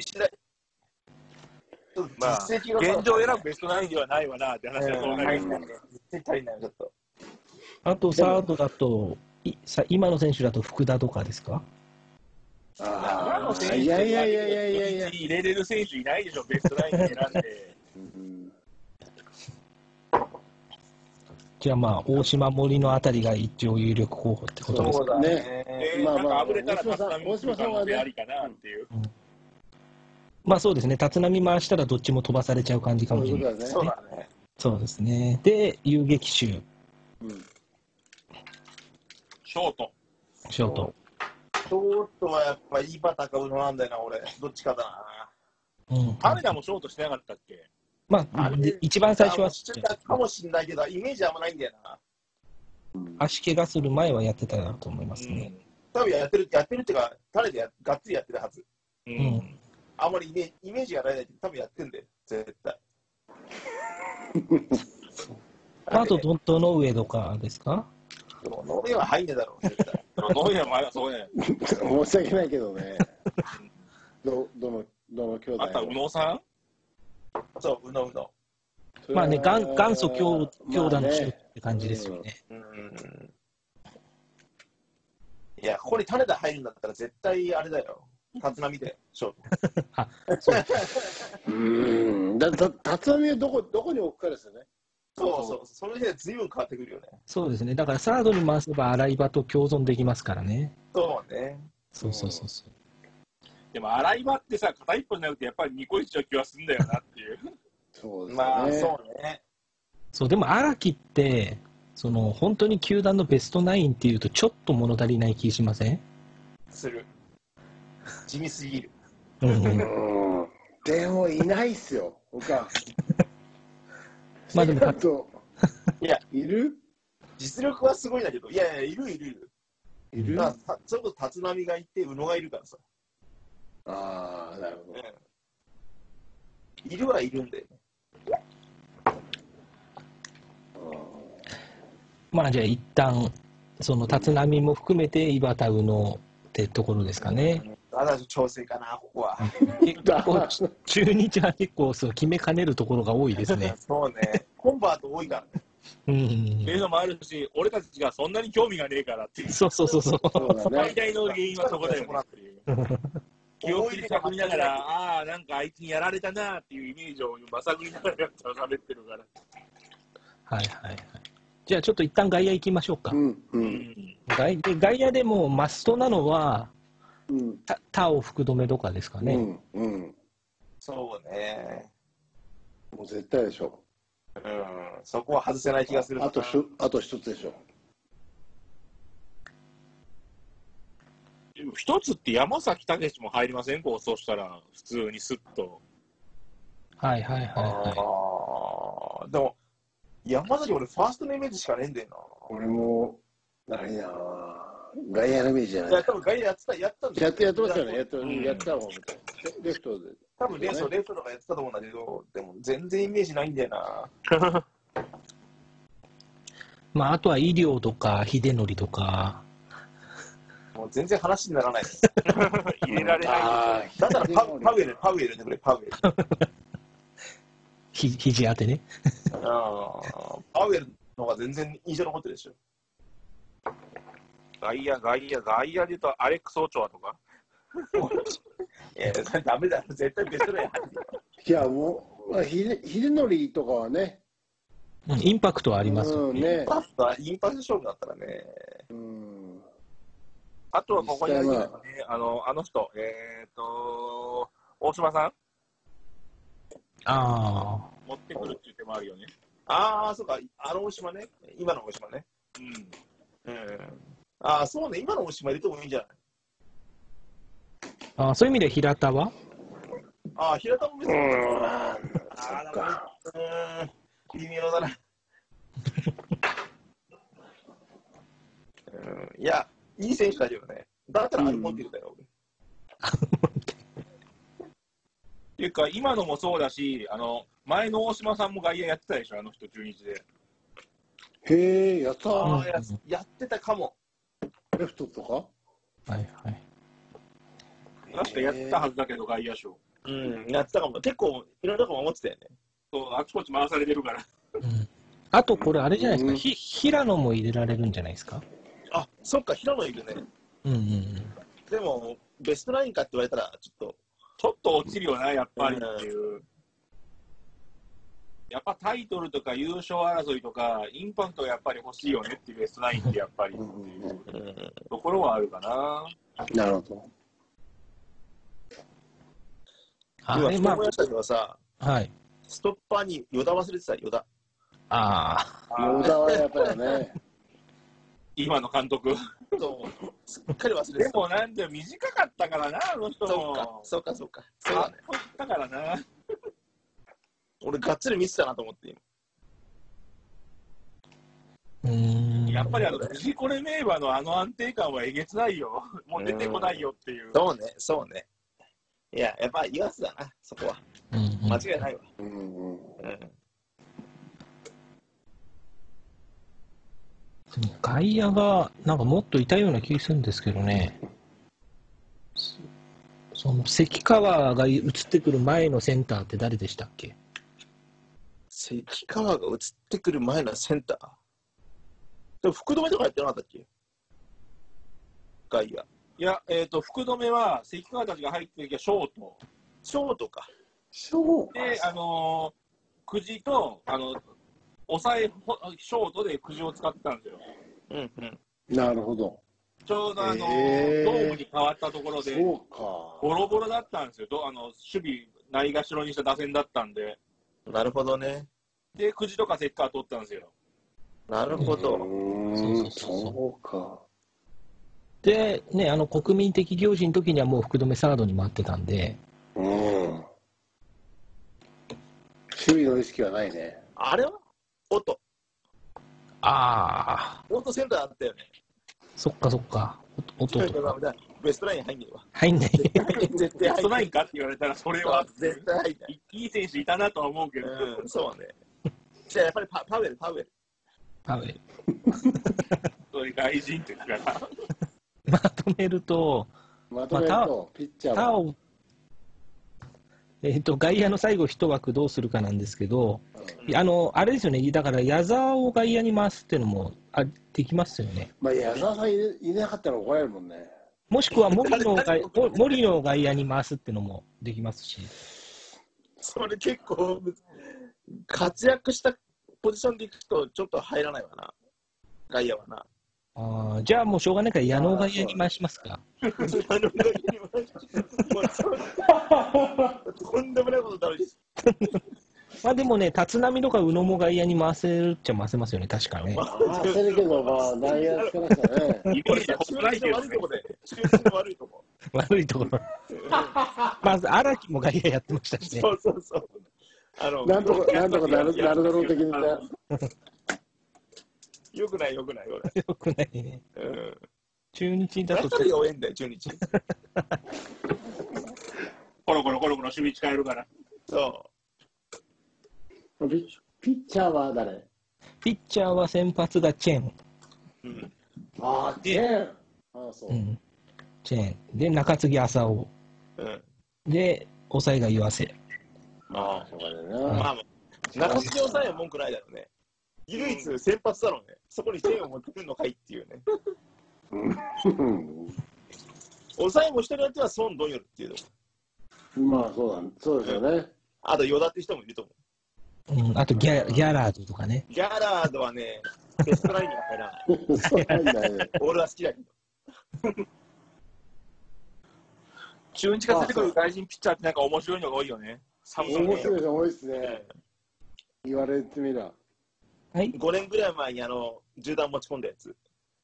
まあ、現状選ぶベストナインではないわなって話はそうなるけど、 絶対足りない、ちょっと。 あと、サードだと、いさ今の選手だと福田とかですか？ ああ、選手いやいやいやいやいやいや入れれる選手いないでしょ、ベストナインで選んで。うんじゃあまあ、大島森のあたりが一応有力候補ってことですかね。 ね。まあまあ、あぶれたら立浪大島さんはありかなっていう。うん、 まあそうですね、立浪回したらどっちも飛ばされちゃう感じかもしれないですね。そうだね。そうですね。で、遊撃手。うん、 ショート。 ショート。 ショートはやっぱいいバタか宇野なんだよな、俺。どっちかだな。うん。羽田もショートしてなかったっけ？ まあ、一番最初はしてたかもしれないけど、イメージあんまないんだよな。 足怪我する前はやってたなと思いますね。 うん、多分やってる、やってるっていうか、彼でやがっつりやってるはず。うん。あんまりイメージ、イメージがないけど、多分やってるんだよ、絶対。 あと、ど、どの上とかですか？ どの上は入んねえだろう、絶対。 どの上はまだそうね。 申し訳ないけどね。ど、どの、どの兄弟。 あとは宇野さん？ そう、うのうの。 まあね、元元祖強強打の人って感じですよね。まあ、ねうん。 いや、ここに種田入るんだったら絶対あれだよ。立浪で、ショート。 あ、そう。うん。だ、だ、立浪はどこ、どこに置くかですよね。 そうそう。その辺で随分変わってくるよね。 そうですね。だからサードに回せば洗い場と共存できますからね。 そうね。 そうそうそうそう。 でも洗い場ってさ、片一方になるとやっぱりニコイチの気はするんだよなっていう。 そうですね。 まあそうね。 そうでも荒木ってその本当に球団のベストナインっていうとちょっと物足りない気しません？する。地味すぎる。 うん。でもいないっすよ。他。 まあでもいやいる？ 実力はすごいんだけど、いやいやいるいるいる。 いる？ だからそれこそ立浪がいて宇野がいるからさ。 ああ、なるほど、 うん。いるはいるんだよね。 まあじゃあ一旦その立浪も含めて井端宇野ってところですかね。 あだ調整かな、ここは。 結構中日は結構そう決めかねるところが多いですね。 そうね。コンバート多いからね。 うん。っていうのもあるし、俺たちがそんなに興味がねえからっていう。 そうそうそうそう。 最大の原因はそこだよなっていう。記憶に探りながら、ああ、なんかあいつにやられたなっていうイメージをまさぐりながら喋ってるから。 はいはいはい。じゃあちょっと一旦外野行きましょうか。 うんうん、 外, で外野でもマストなのは、うん、他を福留とかですかね。 うんうん、 そうね。 もう絶対でしょ。 うん、そこは外せない気がする。 あとしあと一つでしょ。 一つって山崎武も入りません？こうそうしたら普通にスッと。 はいはいはいはい。ああ、でも山崎俺ファーストのイメージしかねえんだよな。 俺もないなぁ。外野のイメージじゃない。 いや、多分外野やってた、やったんやって、やってましたよね。やって、やったもん。レフトで。 多分レフト、レフトとかやってたと思うんだけど、でも全然イメージないんだよな。 まあ、あとは医療とか、秀則とか。 もう全然話にならないです。 入れられない。 だったらパ、パウエル、パウエルね、これ、パウエル。 ひ、肘当てね。 あパウエルの方が全然印象残ってるでしょ。 外野、外野、外野で言うとアレックス・オチョアとか。 いや、ダメだ、絶対ベストライン入る。 いや、もう、ひで、秀則とかはね。 うん、インパクトはありますよね。 うん、ねインパクトは、インパクト勝負だったらね。 うん。 あとはここにあるのね、あの、あの人、えっ、ー、と、大島さん。 ああ。 持ってくるって言ってもあるよね。 ああ、そうか、あの大島ね。今の大島ね。うん。うん。ああ、そうね、今の大島入れてもいいんじゃない？ ああ、そういう意味で平田はああ、平田も別に。うん。 ああ、そっか。 うん。微妙だな。うん。いや、いい選手だけどね。だったらアルモンティルだよ、俺。 っていうか、今のもそうだし、あの、前の大島さんも外野やってたでしょ、あの人、中日で。 へえ、やったあや。やってたかも。 レフトとかはいはい。 確かやってたはずだけど、外野手。 うん、やってたかも。結構、いろんなとこ守ってたよね。 そう、あちこち回されてるから。 うん、あと、これ、あれじゃないですか、うん、ひ平野も入れられるんじゃないですか。 あ、そっか、平野いるね。 うんうんうん。 でも、ベストナインかって言われたら、ちょっと。 ちょっと落ちるよな、やっぱりっていう。うん、やっぱタイトルとか優勝争いとか、インパクトがやっぱり欲しいよねっていうベストナインってやっぱり、ところはあるかな。 なるほど。 今、人もやったけどさ、 はい、 ストッパーに与田忘れてた、与田。 ああ。与田はやっぱりね。 今の監督。 そう、すっかり忘れてた。 でもなんで短かったからな、あの人も。 そうか、そうか、そうか。そうだね。 だからな。 俺、がっつり見てたなと思って、 今。うん。 やっぱりあの、藤子レ名馬のあの安定感はえげつないよ。もう出てこないよっていう。 うそうね、そうね。いや、やっぱ言わすだな、そこは。うんうん、間違いないわ。うんうんうん外野がなんかもっといたような気がするんですけどね。その関川が移ってくる前のセンターって誰でしたっけ？ 関川が移ってくる前のセンター。でも福留とかやってなかったっけ？外野。 いや、えっ、ー、と福留は関川たちが入ってる時はショート。 ショートか。 ショートで、あのー、久慈とあの抑えショートで久慈を使ってたんですよ。 うんうん。 なるほど。 ちょうどあのー、ドームに変わったところで、 そうか。 ボロボロだったんですよ。あの守備ないがしろにした打線だったんで。 なるほどね。 で、久慈とかセッカー取ったんですよ。 なるほど。 うん、そうそうか。 で、ね、あの国民的行事の時にはもう福留サードに回ってたんで。 うん。守備の意識はないね。 あれは音。 ああ。 音センターあったよね。 そっかそっか。音とか。 ベストライン入んないわ。 入んない。 絶対入んない。ベストラインかって言われたらそれは絶対入んない。 いい選手いたなとは思うけど。 うん、そうね。じゃあやっぱり パ, パウエル、パウエル。 パウエル。 それ外人って言うから。 まとめると、 まとめると、ピッチャーは。をえっと、外野の最後一枠どうするかなんですけど、うん、あの、あれですよね、だから矢沢を外野に回すっていうのもあできますよね。 まあ、矢沢さんいなかったら怒られるもんね。 もしくは森野を外森野を外野に回すっていうのもできますし。 それ結構、活躍したポジションでいくと、ちょっと入らないわな、外野はな。 ああ、じゃあもうしょうがないから矢野外野に回しますか。 矢野外野に回します。とんでもないことだろうです。 まあでもね、立浪とか宇野も外野に回せるっちゃ回せますよね、確かね。 回せるけど、まあ、内野つけましたね。 イメージほないけど、 悪いとこで、中心の悪いとこ。 悪いところ。まず荒木も外野やってましたしね。 そうそうそう。あのなんとか、なんとかなる、なるだろう的な。 よくないよくないよよくないね。うん。中日だと。 だから弱えんだよ、中日。コロコロコロコロ守備使えるから。そう。 ピッチャーは誰？ ピッチャーは先発がチェン。 うん。ああ、チェン。ああ、そう。うん。 チェン。で、中継ぎ浅尾。うん。で、抑えが岩瀬。 ああ、そうだね。まあ、中継ぎ抑えは文句ないだろうね。唯一先発だろうね。そこにチェーンを持ってくるのかいっていうね。抑えも人によっては孫ドンヨルっていうの。まあそうだ、そうですよね。 あと、ヨダって人もいると思う。うん、あとギャ、ギャラードとかね。 ギャラードはね、ベストラインには入らない。俺は好きだけど。中日が出てくる外人ピッチャーってなんか面白いのが多いよね。 面白いの多いですね。言われてみた。 はい、 ごねんぐらい前にあの銃弾持ち込んだやつ。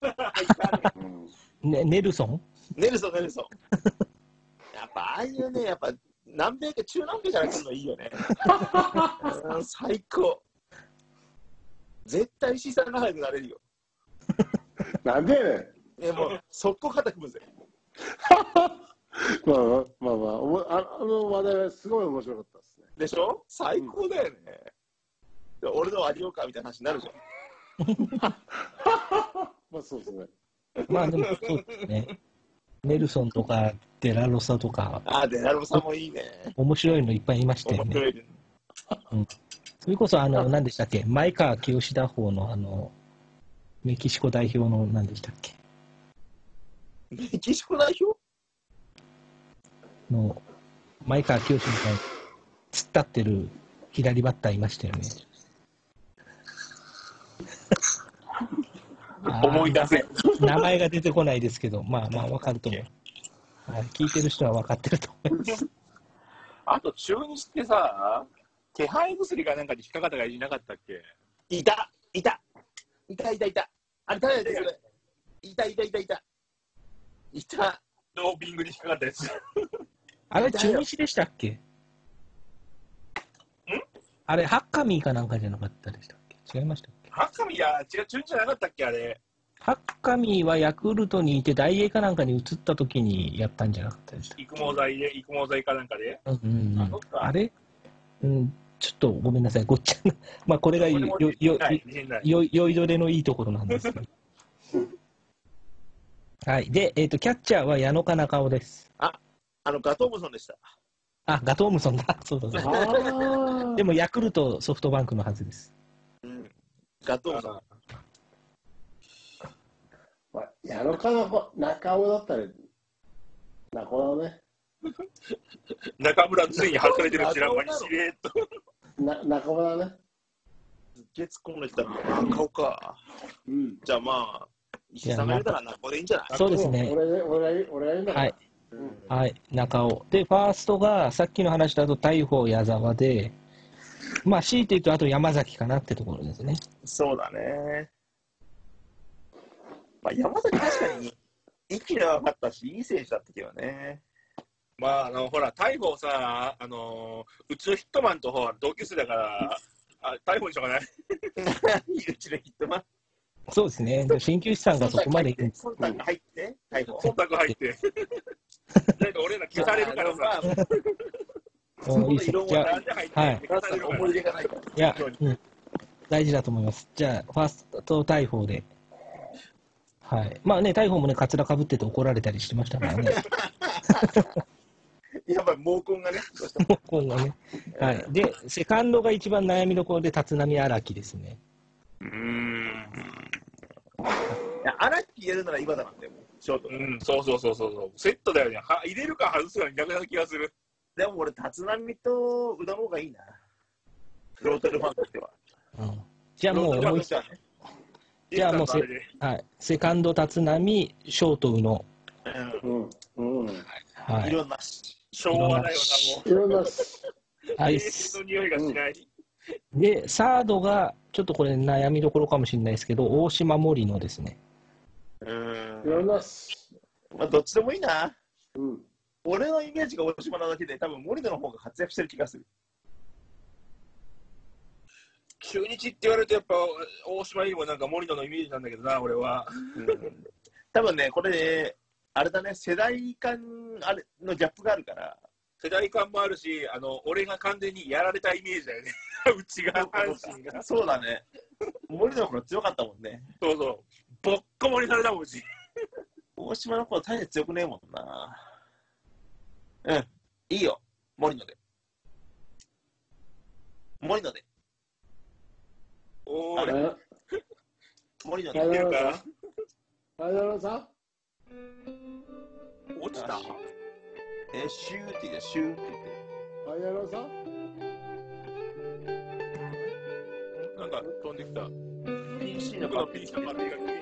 ね、ネルソンネルソン、ネルソン。やっぱああいうね、やっぱ南米か中南米から来るのいいよね。最高。絶対石井さんが早くなれるよ。 なんでねえ、もう速攻肩組むぜ。 まあまあまあ、あの話題はすごい面白かったですね。 でしょ？最高だよね。うん、俺のありようかみたいな話になるじゃん。 まあそうですね。 まあでもそうですね。ネルソンとかデラロサとか。 あ、デラロサもいいね。 面白いのいっぱいいましたよね。面白いね。うん、それこそあの何でしたっけ、前川清田法のあのメキシコ代表の何でしたっけ。 メキシコ代表？ の前川清みたいに突っ立ってる左バッターいましたよね。 思い出せ。 名前が出てこないですけど、まあまあ分かると思う。はい、聞いてる人は分かってると思います。 あと中日ってさ、気配薬がなんかに引っかかったがいなかったっけ？いたいたいたいたいた。あれ誰だよそれ。いたいたいたいた。いた。ドーピングに引っかかったやつ。 あれ中日でしたっけ？ん？あれハッカミーかなんかじゃなかったでしたっけ？違いましたっけ？ ハッカミーや違う中日じゃなかったっけあれ？ ハッカミーはヤクルトにいて大英かなんかに移った時にやったんじゃなかったでしたっけ？ 育毛剤で育毛剤かなんかで。 うんうんうん。あ, あれ？うん。ちょっとごめんなさい、ごっちゃん。まあこれがよよよ酔いどれのいいところなんですけど。はい。で、えっ、ー、とキャッチャーは矢野か中尾です。 あ、あのガトームソンでした。 あ、ガトームソンだ。そうだそう。でもヤクルトソフトバンクのはずです。 うん。ガトームソン。 まあ、矢野か中尾だったら中尾だね。 中村ついに外れてる知らん間にしれっと。 な中尾だね。 すっげえ突っ込んできたんだ。中尾か。うん。じゃあまあ、石井さんが言うたら中尾でいいんじゃない？ そうですね。 俺俺俺が言うんだから。はい。 うん、はい、中尾。で、ファーストがさっきの話だと大鵬矢沢で、まあ、強いて言うとあと山崎かなってところですね。 そうだね。まあ、山崎確かに息が上がったし、いい選手だったけどね。まあ、あの、ほら、大鵬さ、あのー、うちのヒットマンとほら同級生だから、あ、大鵬にしょうがない。うちのヒットマン。 そうですね。鍼灸師さんがそこまで忖度入って、大鵬。忖度入って。なんか俺ら消されるからさ。その異論はなんで入って、はい、消される思い入れがないから。 いや、うん、大事だと思います。じゃあ、ファースト大鵬で。はい。まあね、大鵬もね、カツラかぶってて怒られたりしてましたからね。 やっぱり毛根がね。 毛根がね。はい。で、セカンドが一番悩みどころで、立浪荒木ですね。 うーん。荒木やるなら今だなんだよ、ショート。うん、そうそうそうそう。セットだよね。は入れるか外すかに逆な気がする。でも俺、立浪と宇田の方がいいな。ローテルファンとしては。 うん、じゃあもう、もう一回。じゃあもうセ、はい、セカンド立浪、ショート宇野。うんうんうんはい、いろんな昭和だよな、もう。いろんなはい。の匂いがしない。 うん、で、サードが、ちょっとこれ悩みどころかもしれないですけど、大島森野ですね。 うん。いろんな、 まあ、どっちでもいいな。うん。俺のイメージが大島なだけで、多分森野の方が活躍してる気がする。 中日って言われるとやっぱ大島よりもなんか森野のイメージなんだけどな、俺は。 うん、多分ね、これ、ね、あれだね、世代間あれのギャップがあるから。 世代間もあるし、あの俺が完全にやられたイメージだよね。うちが阪神が。 そうだね。森野の頃強かったもんね。 そうそう。ボッコボコにされたもんし。 大島の頃大して強くねえもんな。うん、いいよ、森野で。森野で。 おー、 森野で。 いけるか。あやろさん落ちた。 え、シューって言って、シューって言って。 あやろさんなんか飛んできた。 ピーシー の僕のピーシーのバッテリーが切れ